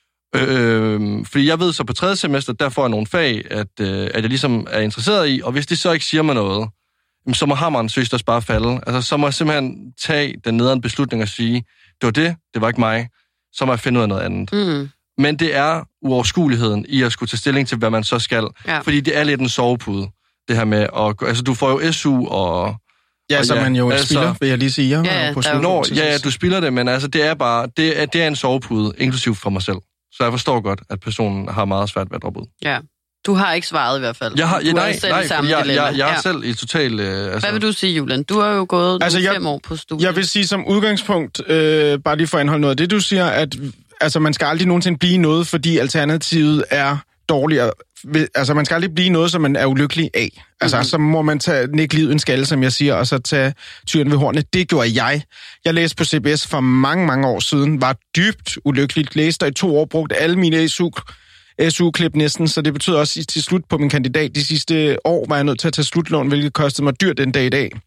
Øh, fordi jeg ved så på tredje semester, der får jeg nogle fag, at, øh, at jeg ligesom er interesseret i, og hvis det så ikke siger mig noget, så må hammeren søst også bare falde. Altså, så må jeg simpelthen tage den nederen beslutning og sige, det var det, det var ikke mig, så må jeg finde ud af noget andet. Mm. Men det er uoverskueligheden i at skulle tage stilling til, hvad man så skal. Ja. Fordi det er lidt en sovepude, det her med at... Altså, du får jo S U og... Ja, og så ja, man jo altså, spilder, vil jeg lige sige. Ja, ja, på Nå, ja, ja, du spilder det, men altså, det er bare... Det er, det er en sovepude, inklusiv for mig selv. Så jeg forstår godt, at personen har meget svært ved at droppe ud. Ja. Du har ikke svaret i hvert fald. Jeg har, ja, nej, nej, jeg, jeg, jeg, jeg er ja. selv i total... Øh, altså... Hvad vil du sige, Julian? Du har jo gået altså, jeg, fem år på studiet. Jeg vil sige som udgangspunkt, øh, bare lige for at indholde noget af det, du siger, at altså, man skal aldrig nogensinde blive noget, fordi alternativet er dårligere. Altså, man skal aldrig blive noget, som man er ulykkelig af. Altså, mm-hmm. så må man tage nikke livet en skalle, som jeg siger, og så tage tyren ved hornet. Det gjorde jeg. Jeg læste på C B S for mange, mange år siden, var dybt ulykkeligt, læste og i to år, brugte alle mine S U S U-klip næsten, så det betyder også til slut på min kandidat de sidste år, var jeg nødt til at tage slutlån, hvilket kostede mig dyrt den dag i dag.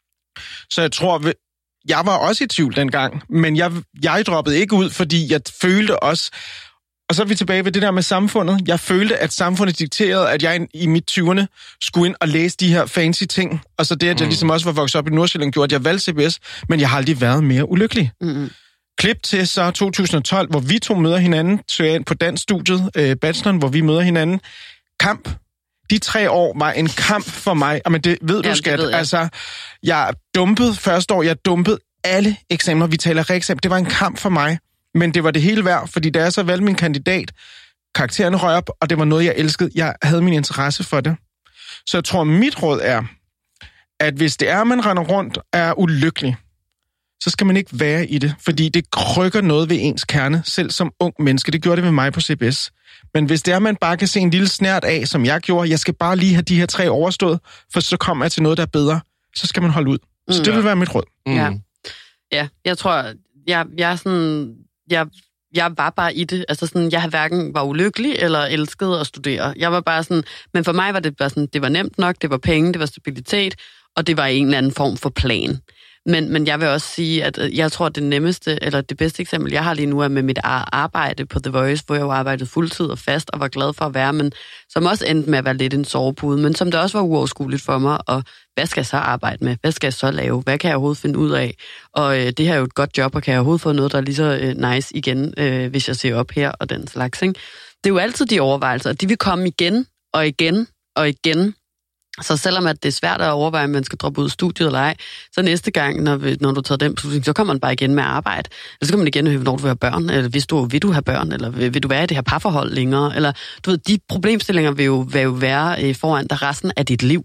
Så jeg tror, jeg var også i tvivl dengang, men jeg, jeg droppede ikke ud, fordi jeg følte også, og så er vi tilbage ved det der med samfundet. Jeg følte, at samfundet dikterede, at jeg i midt tyverne skulle ind og læse de her fancy ting, og så det, at jeg ligesom også var vokset op i Nordsjælland, gjorde, at jeg valgte C B S, men jeg har aldrig været mere ulykkelig. Mm-hmm. Klip til så to tusind og tolv, hvor vi to møder hinanden, søger ind på danskstudiet, øh, bacheloren, hvor vi møder hinanden. Kamp. De tre år var en kamp for mig. Jamen, det ved du, ja, skat. Ved jeg. Altså, jeg dumpede første år, jeg dumpede alle eksamener. Vi taler reeksamen. Det var en kamp for mig, men det var det hele værd, fordi da jeg så valgte min kandidat, karaktererne røg op, og det var noget, jeg elskede. Jeg havde min interesse for det. Så jeg tror, mit råd er, at hvis det er, man render rundt, er ulykkelig, så skal man ikke være i det, fordi det krykker noget ved ens kerne, selv som ung menneske. Det gjorde det ved mig på C B S. Men hvis det er, man bare kan se en lille snært af, som jeg gjorde, jeg skal bare lige have de her tre overstået, for så kommer jeg til noget, der er bedre, så skal man holde ud. Så mm. det vil være mit råd. Mm. Ja. ja, jeg tror, jeg, jeg er sådan... Jeg, jeg var bare i det. Altså sådan, jeg hverken var ulykkelig eller elskede at studere. Jeg var bare sådan... Men for mig var det bare sådan, det var nemt nok, det var penge, det var stabilitet, og det var en eller anden form for plan. Men, men jeg vil også sige, at jeg tror, at det nemmeste, eller det bedste eksempel, jeg har lige nu, er med mit arbejde på The Voice, hvor jeg jo arbejdede fuldtid og fast, og var glad for at være, men som også endte med at være lidt en sovepude, men som det også var uoverskueligt for mig, og hvad skal jeg så arbejde med? Hvad skal jeg så lave? Hvad kan jeg overhovedet finde ud af? Og øh, det her er jo et godt job, og kan jeg overhovedet få noget, der er lige så øh, nice igen, øh, hvis jeg ser op her og den slags, ikke? Det er jo altid de overvejelser, de vil komme igen og igen og igen. Så selvom at det er svært at overveje, om man skal droppe ud af studiet eller ej, så næste gang, når, vi, når du tager den beslutning, så kommer man bare igen med arbejde. Eller så kommer man igen, hvornår du vil have børn, eller hvis du vil du have børn, eller vil, vil du være i det her parforhold længere, eller du ved, de problemstillinger vil jo, vil jo være foran dig resten af dit liv.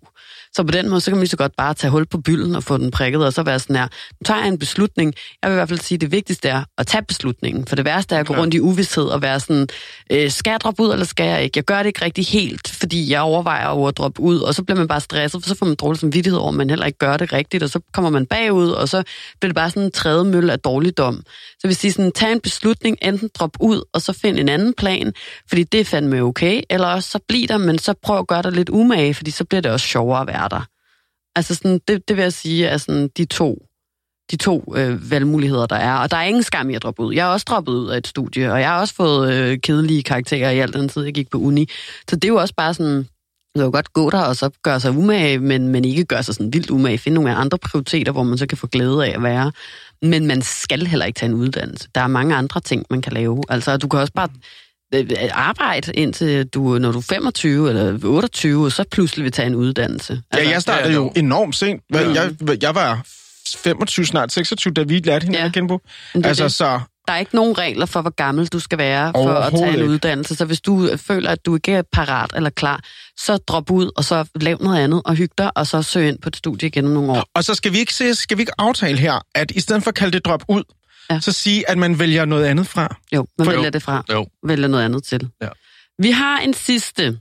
Så på den måde, så kan man lige så godt bare tage hul på bylden og få den prikket, og så være sådan her, nu tager jeg en beslutning. Jeg vil i hvert fald sige, at det vigtigste er at tage beslutningen, for det værste er at gå rundt i uvished og være sådan, øh, skal jeg droppe ud, eller skal jeg ikke? Jeg gør det ikke rigtig helt, fordi jeg overvejer over at droppe ud, og så bliver man bare stresset, for så får man dårlig samvittighed over, at man heller ikke gør det rigtigt, og så kommer man bagud, og så bliver det bare sådan en trædemølle af dårligdom. Så hvis de sådan, tag en beslutning, enten drop ud, og så find en anden plan, fordi det er fandme okay, eller også så bliver der, men så prøv at gøre dig lidt umage, fordi så bliver det også sjovere at være der. Altså sådan, det, det vil jeg sige, er sådan de to, de to øh, valgmuligheder, der er. Og der er ingen skam i at droppe ud. Jeg har også droppet ud af et studie, og jeg har også fået øh, kedelige karakterer i alt den tid, jeg gik på uni. Så det er jo også bare sådan, du kan jo godt gå der og så gøre sig umage, men, men ikke gøre sig sådan vildt umage. Finde nogle andre prioriteter, hvor man så kan få glæde af at være. Men man skal heller ikke tage en uddannelse. Der er mange andre ting, man kan lave. Altså, du kan også bare arbejde indtil du, når du er femogtyve eller otteogtyve, så pludselig vil tage en uddannelse. Altså, ja, jeg startede jo enormt sent. Jeg, jeg var femogtyve, snart seksogtyve, da vi lærte hende ja. at kende på. Altså, det. så... Der er ikke nogen regler for, hvor gammel du skal være for at tage en uddannelse. Så hvis du føler, at du ikke er parat eller klar, så drop ud, og så lav noget andet og hyg dig, og så søg ind på et studie igen om nogle år. Og så skal vi ikke, se, skal vi ikke aftale her, at i stedet for at kalde det drop ud, ja. så sige, at man vælger noget andet fra. Jo, man for vælger jo. det fra. Jo. Vælger noget andet til. Ja. Vi har en sidste,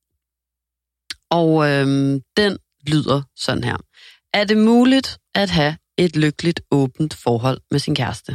og øhm, den lyder sådan her. Er det muligt at have et lykkeligt, åbent forhold med sin kæreste?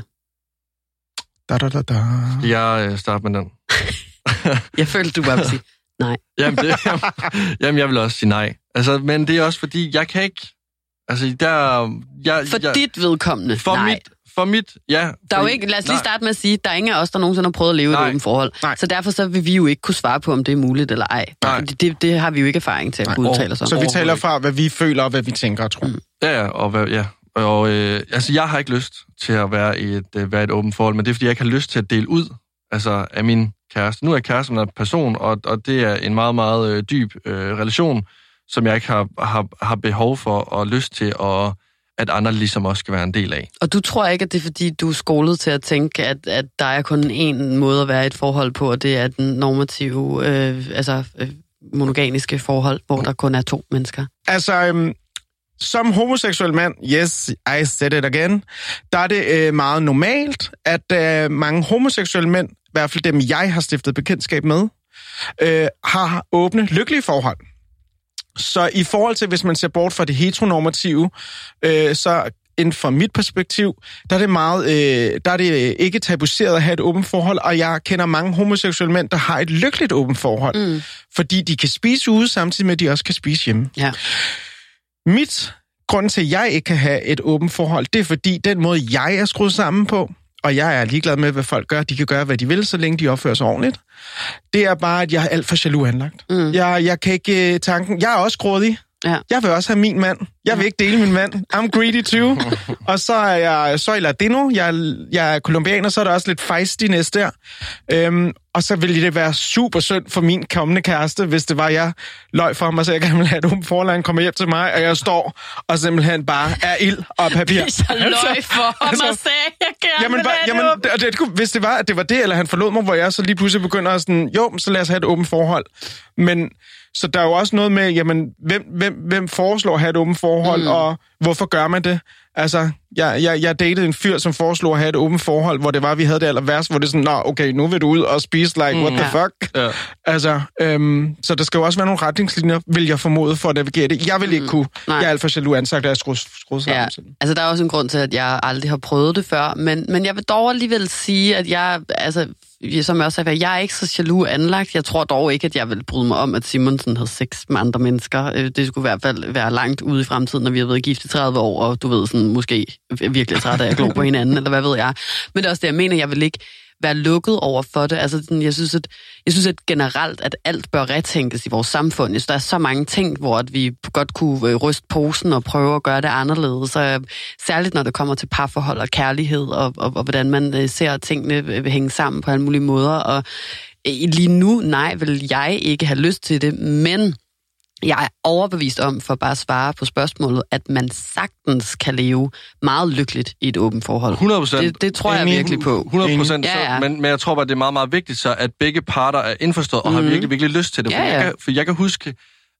Da, da, da, da. Skal jeg øh, starte med den? Jeg følte, du bare ville sige nej. Jamen, det, jamen, jeg vil også sige nej. Altså, men det er også fordi, jeg kan ikke... Altså, der... Jeg, for jeg, dit vedkommende, for nej. Mit, for mit, ja. Der er jo ikke, lad os lige starte med at sige, der er ingen af os, der nogensinde har prøvet at leve nej. et åbent forhold. Nej. Så derfor så vil vi jo ikke kunne svare på, om det er muligt eller ej. Det, det, det har vi jo ikke erfaring til at kunne udtale os om. Så vi taler fra, hvad vi føler og hvad vi tænker og tror. Mm. Ja, og hvad, ja. Og øh, altså, jeg har ikke lyst til at være i et, øh, være et åbent forhold, men det er, fordi jeg ikke har lyst til at dele ud altså, af min kæreste. Nu er jeg kæreste med en person, og, og det er en meget, meget øh, dyb øh, relation, som jeg ikke har, har, har behov for og lyst til, og at andre ligesom også skal være en del af. Og du tror ikke, at det er, fordi du er skolet til at tænke, at, at der er kun én måde at være i et forhold på, og det er den normative, øh, altså øh, monoganiske forhold, hvor der kun er to mennesker? Altså... Øhm Som homoseksuel mand, yes, I said it again, der er det øh, meget normalt, at øh, mange homoseksuelle mænd, i hvert fald dem jeg har stiftet bekendtskab med, øh, har åbne, lykkelige forhold. Så i forhold til, hvis man ser bort fra det heteronormative, øh, så inden for mit perspektiv, der er det meget, øh, der er det ikke tabuiseret at have et åbent forhold, og jeg kender mange homoseksuelle mænd, der har et lykkeligt åbent forhold, mm. fordi de kan spise ude, samtidig med, at de også kan spise hjemme. Ja. Mit grund til, at jeg ikke kan have et åbent forhold, det er fordi, den måde, jeg er skruet sammen på, og jeg er ligeglad med, hvad folk gør, de kan gøre, hvad de vil, så længe de opfører sig ordentligt, det er bare, at jeg er alt for jaloux anlagt. Mm. Jeg, jeg kan ikke tanken... Jeg er også grådig. Ja. Jeg vil også have min mand. Jeg vil ikke dele min mand. I'm greedy too. Og så er jeg så i Latino. Jeg, jeg er kolumbianer, så er der også lidt feistiness der. Øhm, og så ville det være super synd for min kommende kæreste, hvis det var, jeg løg for mig, så jeg gerne ville have et åbent forhold, han kommer hjem til mig, og jeg står og simpelthen bare er ild og papir. Hvis jeg løg for altså, mig, sagde jeg gerne jamen, bare, jamen, det, det, hvis det var, at det var det, eller han forlod mig, hvor jeg så lige pludselig begynder at sådan, jo, så lad os have et åbent forhold. Men så der er jo også noget med, jamen, hvem, hvem, hvem foreslår at have et åbent forhold, mm. og hvorfor gør man det? Altså, jeg, jeg, jeg datede en fyr, som foreslog at have et åbent forhold, hvor det var, vi havde det aller værst, hvor det er sådan, nå, okay, nu vil du ud og spise, like, what mm. the fuck? Ja. Altså, øhm, så der skal jo også være nogle retningslinjer, vil jeg formode, for at navigere det. Jeg vil ikke kunne. Mm. Jeg er alt for jaloux ansagt, at jeg skruer skru sammen. Ja. Altså, der er også en grund til, at jeg aldrig har prøvet det før, men, men jeg vil dog alligevel sige, at jeg, altså, som jeg også sagde, jeg er ikke så jaloux anlagt. Jeg tror dog ikke, at jeg vil bryde mig om, at Simonsen havde sex med andre mennesker. Det skulle i hvert fald være langt ude i fremtiden, når vi har været gift i tredive år, og du ved, sådan, måske virkelig træt af at glo på hinanden, eller hvad ved jeg. Men det er også det, jeg mener, jeg vil ikke være lukket over for det. Altså, sådan, jeg synes, at, jeg synes at generelt, at alt bør retænkes i vores samfund. Jeg synes, der er så mange ting, hvor at vi godt kunne ryste posen og prøve at gøre det anderledes. Så, særligt når det kommer til parforhold og kærlighed, og, og, og hvordan man ser tingene hænge sammen på alle mulige måder. Og lige nu, nej, vil jeg ikke have lyst til det, men jeg er overbevist om, for bare at svare på spørgsmålet, at man sagtens kan leve meget lykkeligt i et åbent forhold. hundrede procent. Det, det tror jeg virkelig på. hundrede procent. Ja, ja. Men, men jeg tror bare, det er meget, meget vigtigt, så at begge parter er indforstået og mm. har virkelig, virkelig lyst til det. For, ja, ja. Jeg, kan, for jeg kan huske,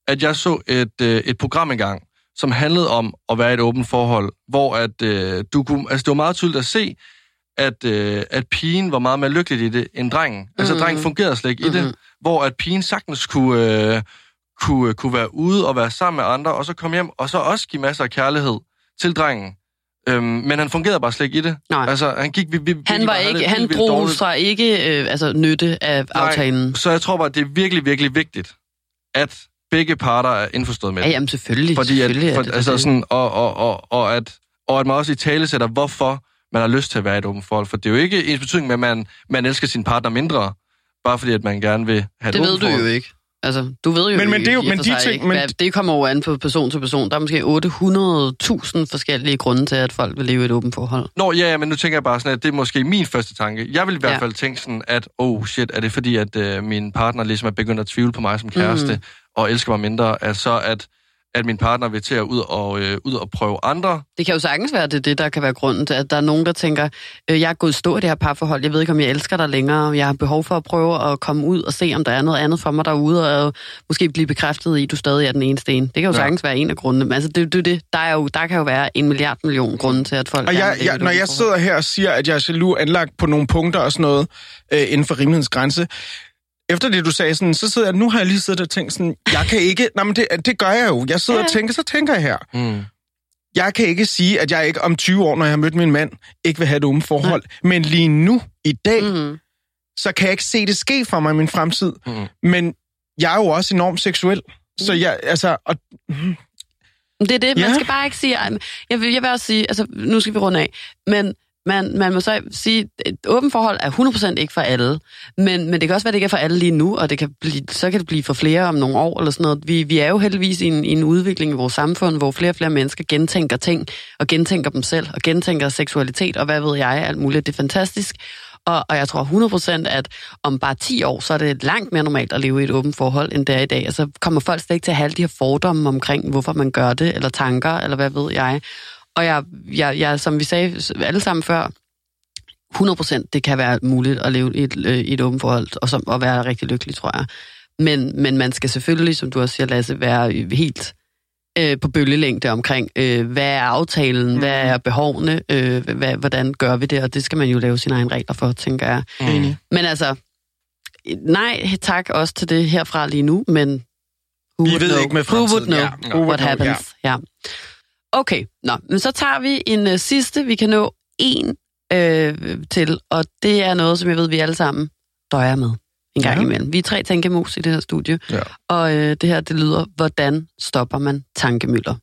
at jeg så et, øh, et program engang, som handlede om at være i et åbent forhold, hvor at, øh, du kunne, altså det var meget tydeligt at se, at, øh, at pigen var meget mere lykkelig i det end drengen. Mm-hmm. Altså drengen fungerede slet ikke mm-hmm. i det, hvor at pigen sagtens kunne, øh, kunne, kunne være ude og være sammen med andre, og så komme hjem, og så også give masser af kærlighed til drengen. Øhm, men han fungerede bare slet ikke i det. Nej. Altså, han gik... Vi, vi, han var han ikke... Han drog sig ikke øh, altså, nytte af Nej, aftalen. Så jeg tror bare, det er virkelig, virkelig vigtigt, at begge parter er indforstået med det. Ja, jamen selvfølgelig. Fordi at, selvfølgelig for, det, altså det. Sådan, og, og, og, og, at, og at man også i tale sætter, hvorfor man har lyst til at være i et åbent forhold. For det er jo ikke ens betydning med, at man, man elsker sin partner mindre, bare fordi at man gerne vil have et åbent forhold. Det ved du jo ikke. Altså, du ved jo men, men det er jo, ikke, men de ting, ikke. Men... Det kommer jo an på person til person. Der er måske otte hundrede tusind forskellige grunde til, at folk vil leve i et åbent forhold. Nå, ja, ja, men nu tænker jeg bare sådan, at det er måske min første tanke. Jeg vil i hvert ja. fald tænke sådan, at, oh shit, er det fordi, at øh, min partner ligesom er begyndt at tvivle på mig som kæreste, mm. og elsker mig mindre, at så at at min partner vil til at ud og, øh, ud og prøve andre. Det kan jo sagtens være, det det, der kan være grunden til, at der er nogen, der tænker, øh, jeg er gået stå i det her parforhold, jeg ved ikke, om jeg elsker dig længere, jeg har behov for at prøve at komme ud og se, om der er noget andet for mig derude, og måske blive bekræftet i, at du stadig er den eneste en. Det kan jo ja. sagtens være en af grundene, men altså, det, det, det, der, er jo, der kan jo være en milliard million grunde til, at folk... Og jeg, jeg, når jeg sidder her og siger, at jeg er jaloux anlagt på nogle punkter og sådan noget, øh, inden for rimelighedens grænse, efter det, du sagde sådan, så sidder jeg, nu har jeg lige siddet og tænkt sådan, jeg kan ikke, nej, men det, det gør jeg jo. Jeg sidder ja. og tænker, så tænker jeg her. Mm. Jeg kan ikke sige, at jeg ikke om tyve år, når jeg har mødt min mand, ikke vil have et åbent forhold. Ja. Men lige nu, i dag, mm. så kan jeg ikke se det ske for mig i min fremtid. Mm. Men jeg er jo også enormt seksuel. Så jeg, altså... Og, mm. Det er det, man ja. skal bare ikke sige... Jeg vil, jeg vil også sige, altså, nu skal vi runde af, men... Man, man må så sige, at et åbent forhold er hundrede procent ikke for alle, men, men det kan også være, at det ikke er for alle lige nu, og det kan blive, så kan det blive for flere om nogle år eller sådan noget. Vi, vi er jo heldigvis i en, i en udvikling i vores samfund, hvor flere og flere mennesker gentænker ting, og gentænker dem selv, og gentænker seksualitet, og hvad ved jeg, alt muligt. Det er fantastisk, og, og jeg tror hundrede procent, at om bare ti år, så er det langt mere normalt at leve i et åbent forhold, end det er i dag. Altså kommer folk slet ikke til at have de her fordomme omkring, hvorfor man gør det, eller tanker, eller hvad ved jeg. Og jeg, jeg, jeg, som vi sagde alle sammen før, hundrede procent det kan være muligt at leve i et, i et åbent forhold, og, som, og være rigtig lykkelig, tror jeg. Men, men man skal selvfølgelig, som du også siger, Lasse, være helt øh, på bølgelængde omkring, øh, hvad er aftalen, mm. hvad er behovene, øh, hvad, hvordan gør vi det, og det skal man jo lave sine egne regler for, tænker jeg. Mm. Men altså, nej tak også til det herfra lige nu, men who vi would ved know, ikke med who would know ja. what happens. Ja. Ja. Okay, nå, men så tager vi en uh, sidste, vi kan nå en øh, til, og det er noget, som jeg ved, vi alle sammen døjer med en gang ja. imellem. Vi er tre tænkemus i det her studie, ja. og øh, det her, det lyder, hvordan stopper man tankemylder?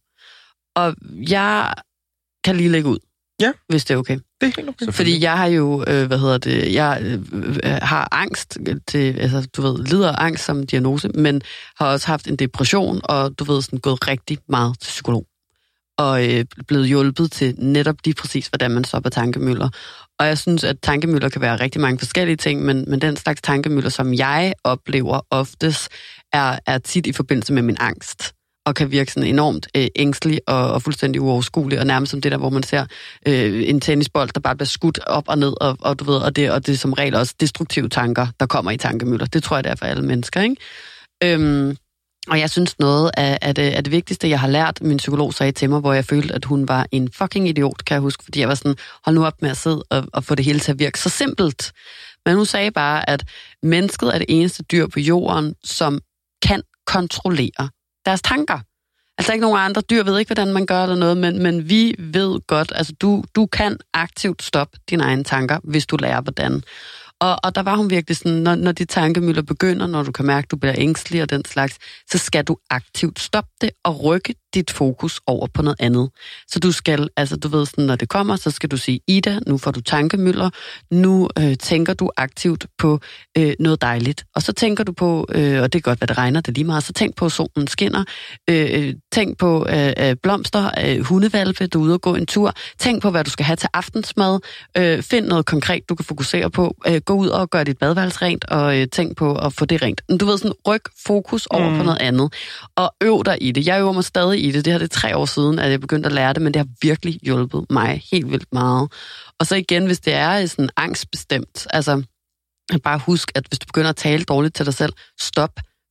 Og jeg kan lige lægge ud, ja. hvis det er okay. Det er helt okay. Fordi jeg har jo, øh, hvad hedder det, jeg øh, har angst til, altså du ved, lider af angst som diagnose, men har også haft en depression, og du ved, sådan gået rigtig meget til psykolog. Og øh, blevet hjulpet til netop lige præcis, hvordan man stopper tankemylder. Og jeg synes, at tankemylder kan være rigtig mange forskellige ting, men, men den slags tankemylder, som jeg oplever oftest, er, er tit i forbindelse med min angst, og kan virke sådan enormt øh, ængstelig og, og fuldstændig uoverskuelig, og nærmest som det der, hvor man ser øh, en tennisbold, der bare bliver skudt op og ned, og, og du ved, og det, og det er som regel også destruktive tanker, der kommer i tankemylder. Det tror jeg, det er for alle mennesker, ikke? Øhm, Og jeg synes noget af, af, det, af det vigtigste, jeg har lært, min psykolog sagde til mig, hvor jeg følte, at hun var en fucking idiot, kan jeg huske, fordi jeg var sådan, hold nu op med at sidde og, og få det hele til at virke så simpelt. Men hun sagde bare, at mennesket er det eneste dyr på jorden, som kan kontrollere deres tanker. Altså ikke nogen andre dyr ved ikke, hvordan man gør eller noget, men, men vi ved godt, altså du, du kan aktivt stoppe dine egne tanker, hvis du lærer hvordan. Og, og der var hun virkelig sådan, når, når de tankemylder begynder, når du kan mærke, at du bliver ængstelig og den slags, så skal du aktivt stoppe det og rykke dit fokus over på noget andet. Så du skal, altså du ved sådan, når det kommer, så skal du sige, Ida, nu får du tankemylder, nu øh, tænker du aktivt på øh, noget dejligt. Og så tænker du på, øh, og det er godt, hvad det regner, det er lige meget, så tænk på, at solen skinner, øh, tænk på øh, blomster, øh, hundevalpe, du er ude og gå en tur, tænk på, hvad du skal have til aftensmad, øh, find noget konkret, du kan fokusere på, øh, gå ud og gøre dit badeværelse rent, og øh, tænk på at få det rent. Du ved sådan, ryk fokus over mm. på noget andet, og øv dig i det. Jeg øver mig stadig i det. Det her det er tre år siden, at jeg begyndte at lære det, men det har virkelig hjulpet mig helt vildt meget. Og så igen, hvis det er sådan angstbestemt, altså bare husk, at hvis du begynder at tale dårligt til dig selv, stop,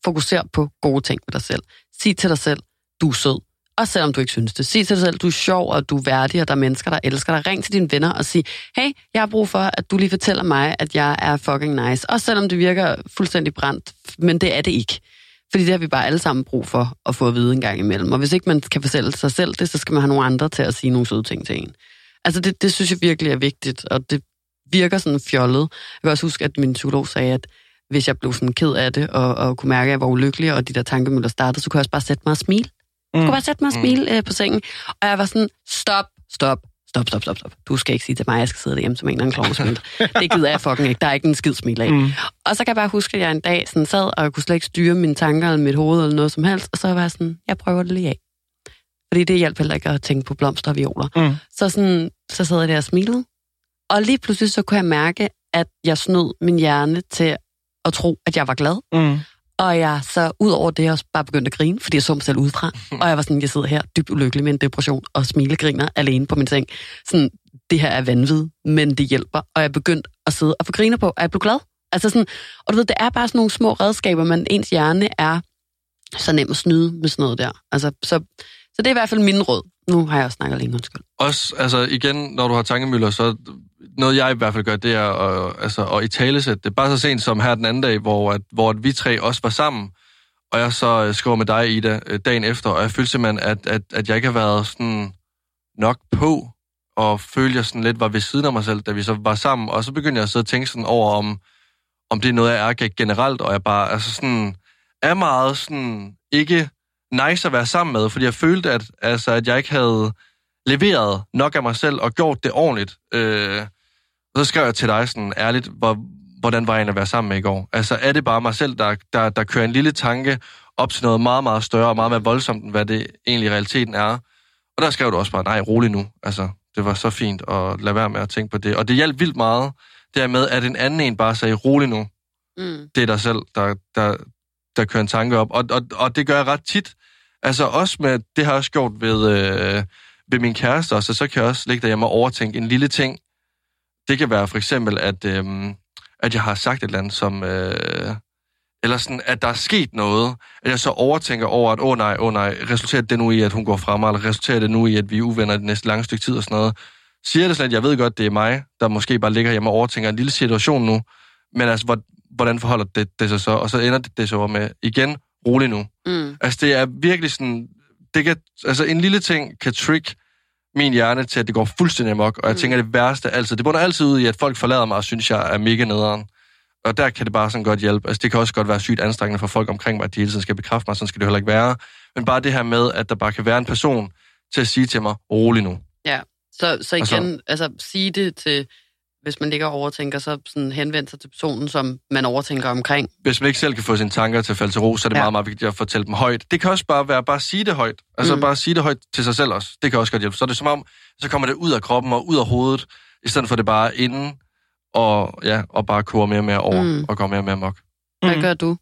fokuser på gode ting med dig selv. Sig til dig selv, du er sød. Også selvom du ikke synes det. Sig til dig selv, du er sjov, og du er værdig, og der er mennesker, der elsker dig. Ring til dine venner og sig, hey, jeg har brug for, at du lige fortæller mig, at jeg er fucking nice. Også selvom det virker fuldstændig brændt, men det er det ikke. Fordi det har vi bare alle sammen brug for at få at vide en gang imellem. Og hvis ikke man kan fortælle sig selv det, så skal man have nogle andre til at sige nogle søde ting til en. Altså det, det synes jeg virkelig er vigtigt, og det virker sådan fjollet. Jeg kan også huske, at min psykolog sagde, at hvis jeg blev sådan ked af det, og, og kunne mærke, at jeg var ulykkelig, og de der tankemøller startede, så kunne jeg også bare sætte mig og smile. Mm. Jeg kunne bare sætte mig og smile øh, på sengen, og jeg var sådan, stop, stop, stop, stop, stop, stop. Du skal ikke sige til mig, at jeg skal sidde derhjemme som en eller anden klovnesmint. Det gider jeg fucking ikke. Der er ikke en skid smil af. Mm. Og så kan jeg bare huske, at jeg en dag sådan sad, og jeg kunne slet ikke styre mine tanker eller mit hoved eller noget som helst, og så var jeg sådan, jeg prøver det lige af. Fordi det hjalp heller ikke at tænke på blomster og violer. Mm. Så, sådan, så sad jeg der og smilede, og lige pludselig så kunne jeg mærke, at jeg snød min hjerne til at tro, at jeg var glad. Mm. Og jeg så ud over det også bare begyndte at grine, fordi jeg så mig selv udefra. Og jeg var sådan, jeg sidder her dybt ulykkelig med en depression og smilegriner alene på min seng. Sådan, det her er vanvid, men det hjælper. Og jeg begyndte at sidde og få griner på, og jeg blev glad. Altså sådan, og du ved, det er bare sådan nogle små redskaber, men ens hjerne er så nem at snyde med sådan noget der. Altså, så, så det er i hvert fald min råd. Nu har jeg også snakket længe, undskyld. Også, altså igen, når du har tankemøller, så noget jeg i hvert fald gør, det er at, altså, at italesætte det. Bare så sent som her den anden dag, hvor, at, hvor at vi tre også var sammen, og jeg så skriver med dig, Ida, dagen efter, og jeg følte simpelthen, at, at, at jeg ikke har været sådan nok på, og følte jeg sådan lidt var ved siden af mig selv, da vi så var sammen, og så begyndte jeg at sidde og tænke sådan over, om, om det er noget, jeg er generelt, og jeg bare altså sådan, er meget sådan ikke nice at være sammen med, fordi jeg følte, at, altså, at jeg ikke havde leveret nok af mig selv og gjort det ordentligt. Øh, og så skrev jeg til dig sådan ærligt, hvor, hvordan var jeg at være sammen med i går? Altså, er det bare mig selv, der, der, der kører en lille tanke op til noget meget, meget større og meget mere voldsomt, end hvad det egentlig i realiteten er? Og der skrev du også bare, nej, rolig nu. Altså, det var så fint at lade være med at tænke på det. Og det hjalp vildt meget, det med, at en anden en bare sagde, rolig nu. Mm. Det er dig selv, der, der, der kører en tanke op. Og, og, og det gør jeg ret tit. Altså også med, det har jeg også gjort ved, øh, ved min kæreste også, og så kan jeg også ligge derhjemme og overtænke en lille ting. Det kan være for eksempel, at, øh, at jeg har sagt et eller andet, som, øh, eller sådan, at der er sket noget, at jeg så overtænker over, at åh oh, nej, åh oh, nej, resulterer det nu i, at hun går fra mig, eller resulterer det nu i, at vi er uvenner det næste lange stykke tid og sådan noget. Siger det sådan, at jeg ved godt, det er mig, der måske bare ligger hjemme og overtænker en lille situation nu, men altså, hvordan forholder det, det sig så? Og så ender det, det så med, igen, rolig nu. Mm. Altså, det er virkelig sådan, det kan, altså en lille ting kan trick min hjerne til, at det går fuldstændig amok, og jeg mm. tænker, det værste altid, det bunder altid ud i, at folk forlader mig og synes, jeg er mega nederen. Og der kan det bare sådan godt hjælpe. Altså, det kan også godt være sygt anstrengende for folk omkring mig, at de hele tiden skal bekræfte mig, sådan skal det heller ikke være. Men bare det her med, at der bare kan være en person til at sige til mig, rolig nu. Ja, så, så igen, så, altså sige det til, hvis man ligger og overtænker, så sådan henvende sig til personen, som man overtænker omkring. Hvis man ikke selv kan få sine tanker til at falde til ro, så er det ja. meget, meget vigtigt at fortælle dem højt. Det kan også bare være, bare sige det højt. Altså mm. bare sige det højt til sig selv også. Det kan også godt hjælpe. Så er det som om, så kommer det ud af kroppen og ud af hovedet, i stedet for det bare inden, og, ja, og bare koger mere og mere over, mm. og går mere og mere amok. Hvad gør du?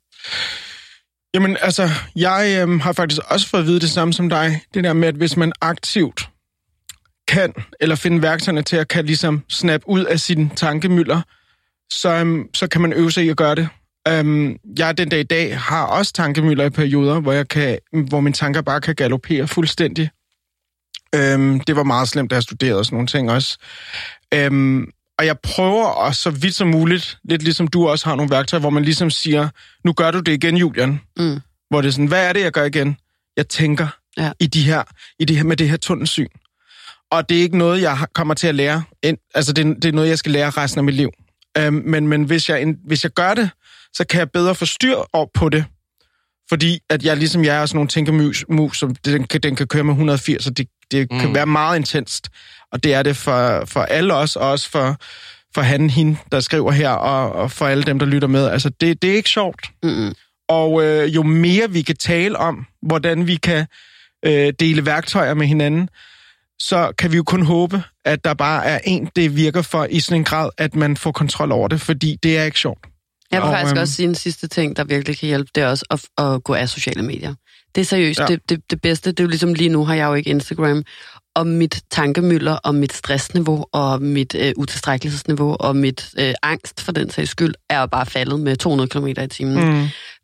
Jamen, altså, jeg øhm, har faktisk også fået at vide det samme som dig. Det der med, at hvis man aktivt kan, eller finde værktøjerne til at kan ligesom snappe ud af sin tankemylder, så, øhm, så kan man øve sig i at gøre det. Øhm, jeg den dag i dag har også tankemylder i perioder, hvor, jeg kan, hvor mine tanker bare kan galopere fuldstændig. Øhm, det var meget slemt, da jeg studerede og sådan nogle ting også. Øhm, og jeg prøver også så vidt som muligt, lidt ligesom du også har nogle værktøjer, hvor man ligesom siger, nu gør du det igen, Julian. Mm. Hvor det er sådan, hvad er det, jeg gør igen? Jeg tænker ja. i de her, i det her, med det her tunnelsyn. Og det er ikke noget, jeg kommer til at lære. Altså, det er, det er noget, jeg skal lære resten af mit liv. Øhm, men men hvis, jeg, hvis jeg gør det, så kan jeg bedre få styr op på det. Fordi at jeg ligesom jeg er sådan nogle tænkemus, som den, den kan køre med et hundrede og firs, og det, det mm. kan være meget intenst. Og det er det for, for alle os, og også for, for han, hende, der skriver her, og, og for alle dem, der lytter med. Altså, det, det er ikke sjovt. Mm. Og øh, jo mere vi kan tale om, hvordan vi kan øh, dele værktøjer med hinanden, så kan vi jo kun håbe, at der bare er en, det virker for i sådan en grad, at man får kontrol over det, fordi det er ikke sjovt. Jeg vil og, faktisk øhm, også sige en sidste ting, der virkelig kan hjælpe, det er også at, at gå af sociale medier. Det er seriøst. Ja. Det, det, det bedste, det er jo ligesom lige nu, har jeg jo ikke Instagram, og mit tankemylder, og mit stressniveau, og mit øh, utilstrækkelighedsniveau, og mit øh, angst for den sags skyld, er jo bare faldet med to hundrede kilometer i timen. Mm.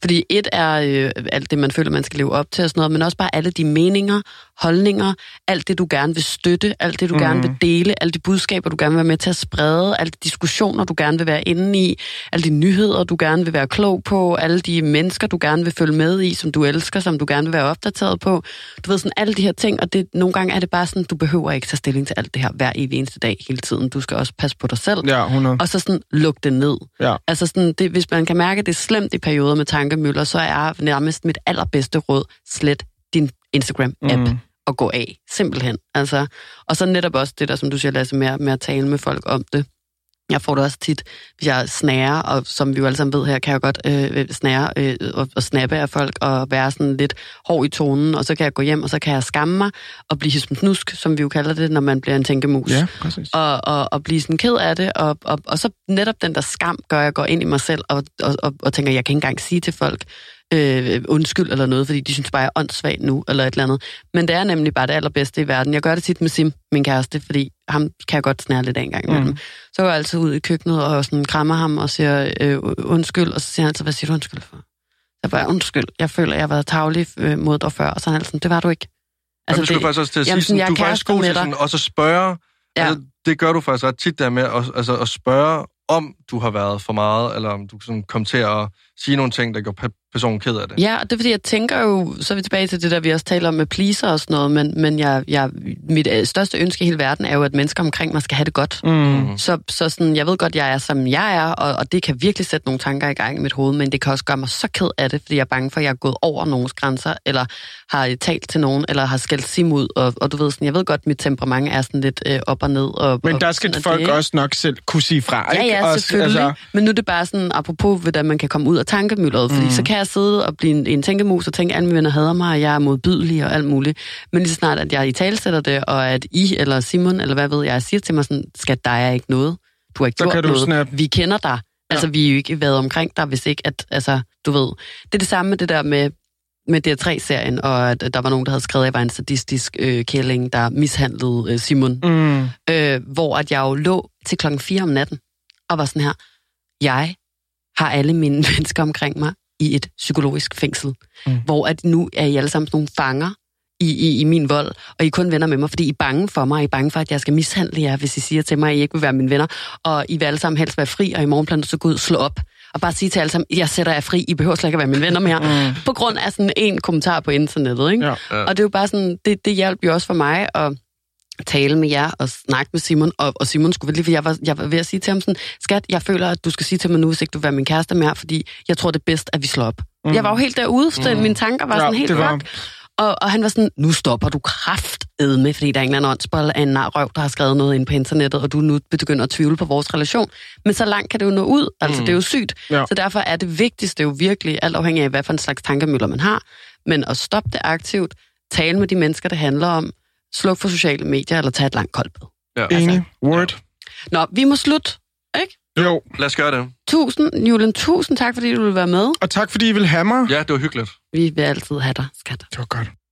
Fordi et er øh, alt det, man føler, man skal leve op til og sådan noget, men også bare alle de meninger, holdninger, alt det, du gerne vil støtte, alt det, du mm. gerne vil dele, alle de budskaber, du gerne vil være med til at sprede, alle de diskussioner, du gerne vil være inde i, alle de nyheder, du gerne vil være klog på, alle de mennesker, du gerne vil følge med i, som du elsker, som du gerne vil være opdateret på. Du ved sådan alle de her ting, og det, nogle gange er det bare sådan, du behøver ikke tage stilling til alt det her hver evig eneste dag hele tiden. Du skal også passe på dig selv. Ja, hundrede. Og så sådan luk det ned. Ja. Altså sådan, det, hvis man kan mærke, at det er slemt i perioder med tankemøller, så er nærmest mit allerbedste råd, slet din Instagram-app mm. og gå af. Simpelthen. Altså, og så netop også det der, som du siger, Lasse, med, med at tale med folk om det. Jeg får det også tit, hvis jeg snærer, og som vi jo alle sammen ved her, kan jeg godt øh, snære øh, og, og snappe af folk og være sådan lidt hård i tonen, og så kan jeg gå hjem, og så kan jeg skamme mig og blive hismsnusk, som vi jo kalder det, når man bliver en tænkemus. Ja, præcis. Og, og, og blive sådan ked af det, og, og, og så netop den der skam gør, at jeg går ind i mig selv og, og, og, og tænker, jeg kan ikke engang sige til folk, øh, undskyld eller noget, fordi de synes bare, jeg er åndssvag nu, eller et eller andet. Men det er nemlig bare det allerbedste i verden. Jeg gør det tit med Sim, min kæreste, fordi ham kan jeg godt snære lidt af en gang imellem. Mm. Så går jeg altid ud i køkkenet og sådan krammer ham og siger øh, undskyld, og så siger han altid, hvad siger du undskyld for? Så bare, undskyld, jeg føler, jeg har været tavlig øh, mod dig før, og så er han altid, det var du ikke. Altså, jamen, det, du faktisk også til at sige, sådan, du er faktisk god til sådan, også at spørge, ja. altså, det gør du faktisk ret tit der med, at, altså, at spørge, om du har været for meget, eller om du sådan kom til at sige nogle ting, der gør personen ked af det. Ja, det er fordi, jeg tænker jo, så er vi tilbage til det der, vi også taler om med pleaser og sådan noget, men, men jeg, jeg, mit største ønske i hele verden er jo, at mennesker omkring mig skal have det godt. Mm. Så, så sådan, jeg ved godt, jeg er, som jeg er, og, og det kan virkelig sætte nogle tanker i gang i mit hoved, men det kan også gøre mig så ked af det, fordi jeg er bange for, at jeg er gået over nogens grænser, eller har talt til nogen, eller har skældt Sim ud, og, og du ved sådan, jeg ved godt, mit temperament er sådan lidt øh, op og ned. Og, men der skal og folk det, også nok selv kunne sige fra, ikke? Ja, ja, selvfølgelig. Altså... Men nu er det bare sådan, apropos, hvordan man kan komme ud af tankemyldret, fordi mm. så kan jeg sidde og blive en, en tænkemus og tænke, at alle mine venner hader mig, og jeg er modbydelig og alt muligt. Men lige så snart, at jeg i talsætter det, og at I eller Simon, eller hvad ved jeg, siger til mig sådan, skal der er ikke noget? Du har ikke så gjort noget. Snap. Vi kender dig. Ja. Altså, vi er jo ikke været omkring dig, hvis ikke, at, altså, du ved. Det er det samme med det der med, med D R tre-serien, og at der var nogen, der havde skrevet, at jeg var en sadistisk øh, kælling, der mishandlede øh, Simon. Mm. Øh, hvor at jeg jo lå til klokken fire om natten, og var sådan her, jeg har alle mine mennesker omkring mig i et psykologisk fængsel, mm. hvor at nu er I alle sammen nogle fanger i, i, i min vold, og I kun venner med mig, fordi I er bange for mig, I er bange for, at jeg skal mishandle jer, hvis I siger til mig, at I ikke vil være mine venner, og I vil alle sammen helst være fri, og i morgen planer så gå ud og slå op, og bare sige til alle sammen, jeg sætter jer fri, I behøver slet ikke at være mine venner mere, mm. på grund af sådan en kommentar på internettet, ikke? Ja. Ja. Og det er jo bare sådan, det, det hjalp jo også for mig at tale med jer og snakke med Simon, og, og Simon skulle vel lige, for jeg var, jeg var ved at sige til ham sådan, skat, jeg føler, at du skal sige til mig nu, hvis ikke du vil være min kæreste mere, fordi jeg tror, det er bedst, at vi slår op. Mm. Jeg var jo helt derude, så mm. mine tanker var ja, sådan helt fuck. Og, og han var sådan, nu stopper du kraftedme, fordi der er en eller anden åndsbold af en narrøv, der har skrevet noget ind på internettet, og du nu begynder at tvivle på vores relation. Men så langt kan det jo nå ud, altså mm. det er jo sygt. Ja. Så derfor er det vigtigste jo virkelig, alt afhængig af, hvad for en slags tankemøller man har, men at stoppe det aktivt, tale med de mennesker, det handler om, sluk for sociale medier, eller tage et langt koldt bad. Ja. Altså. Word. Nå, vi må slutte, ikke? Jo. Lad os gøre det. Tusind, Julen, tusind tak, fordi du ville være med. Og tak, fordi I vil have mig. Ja, det var hyggeligt. Vi vil altid have dig, skat. Det var godt.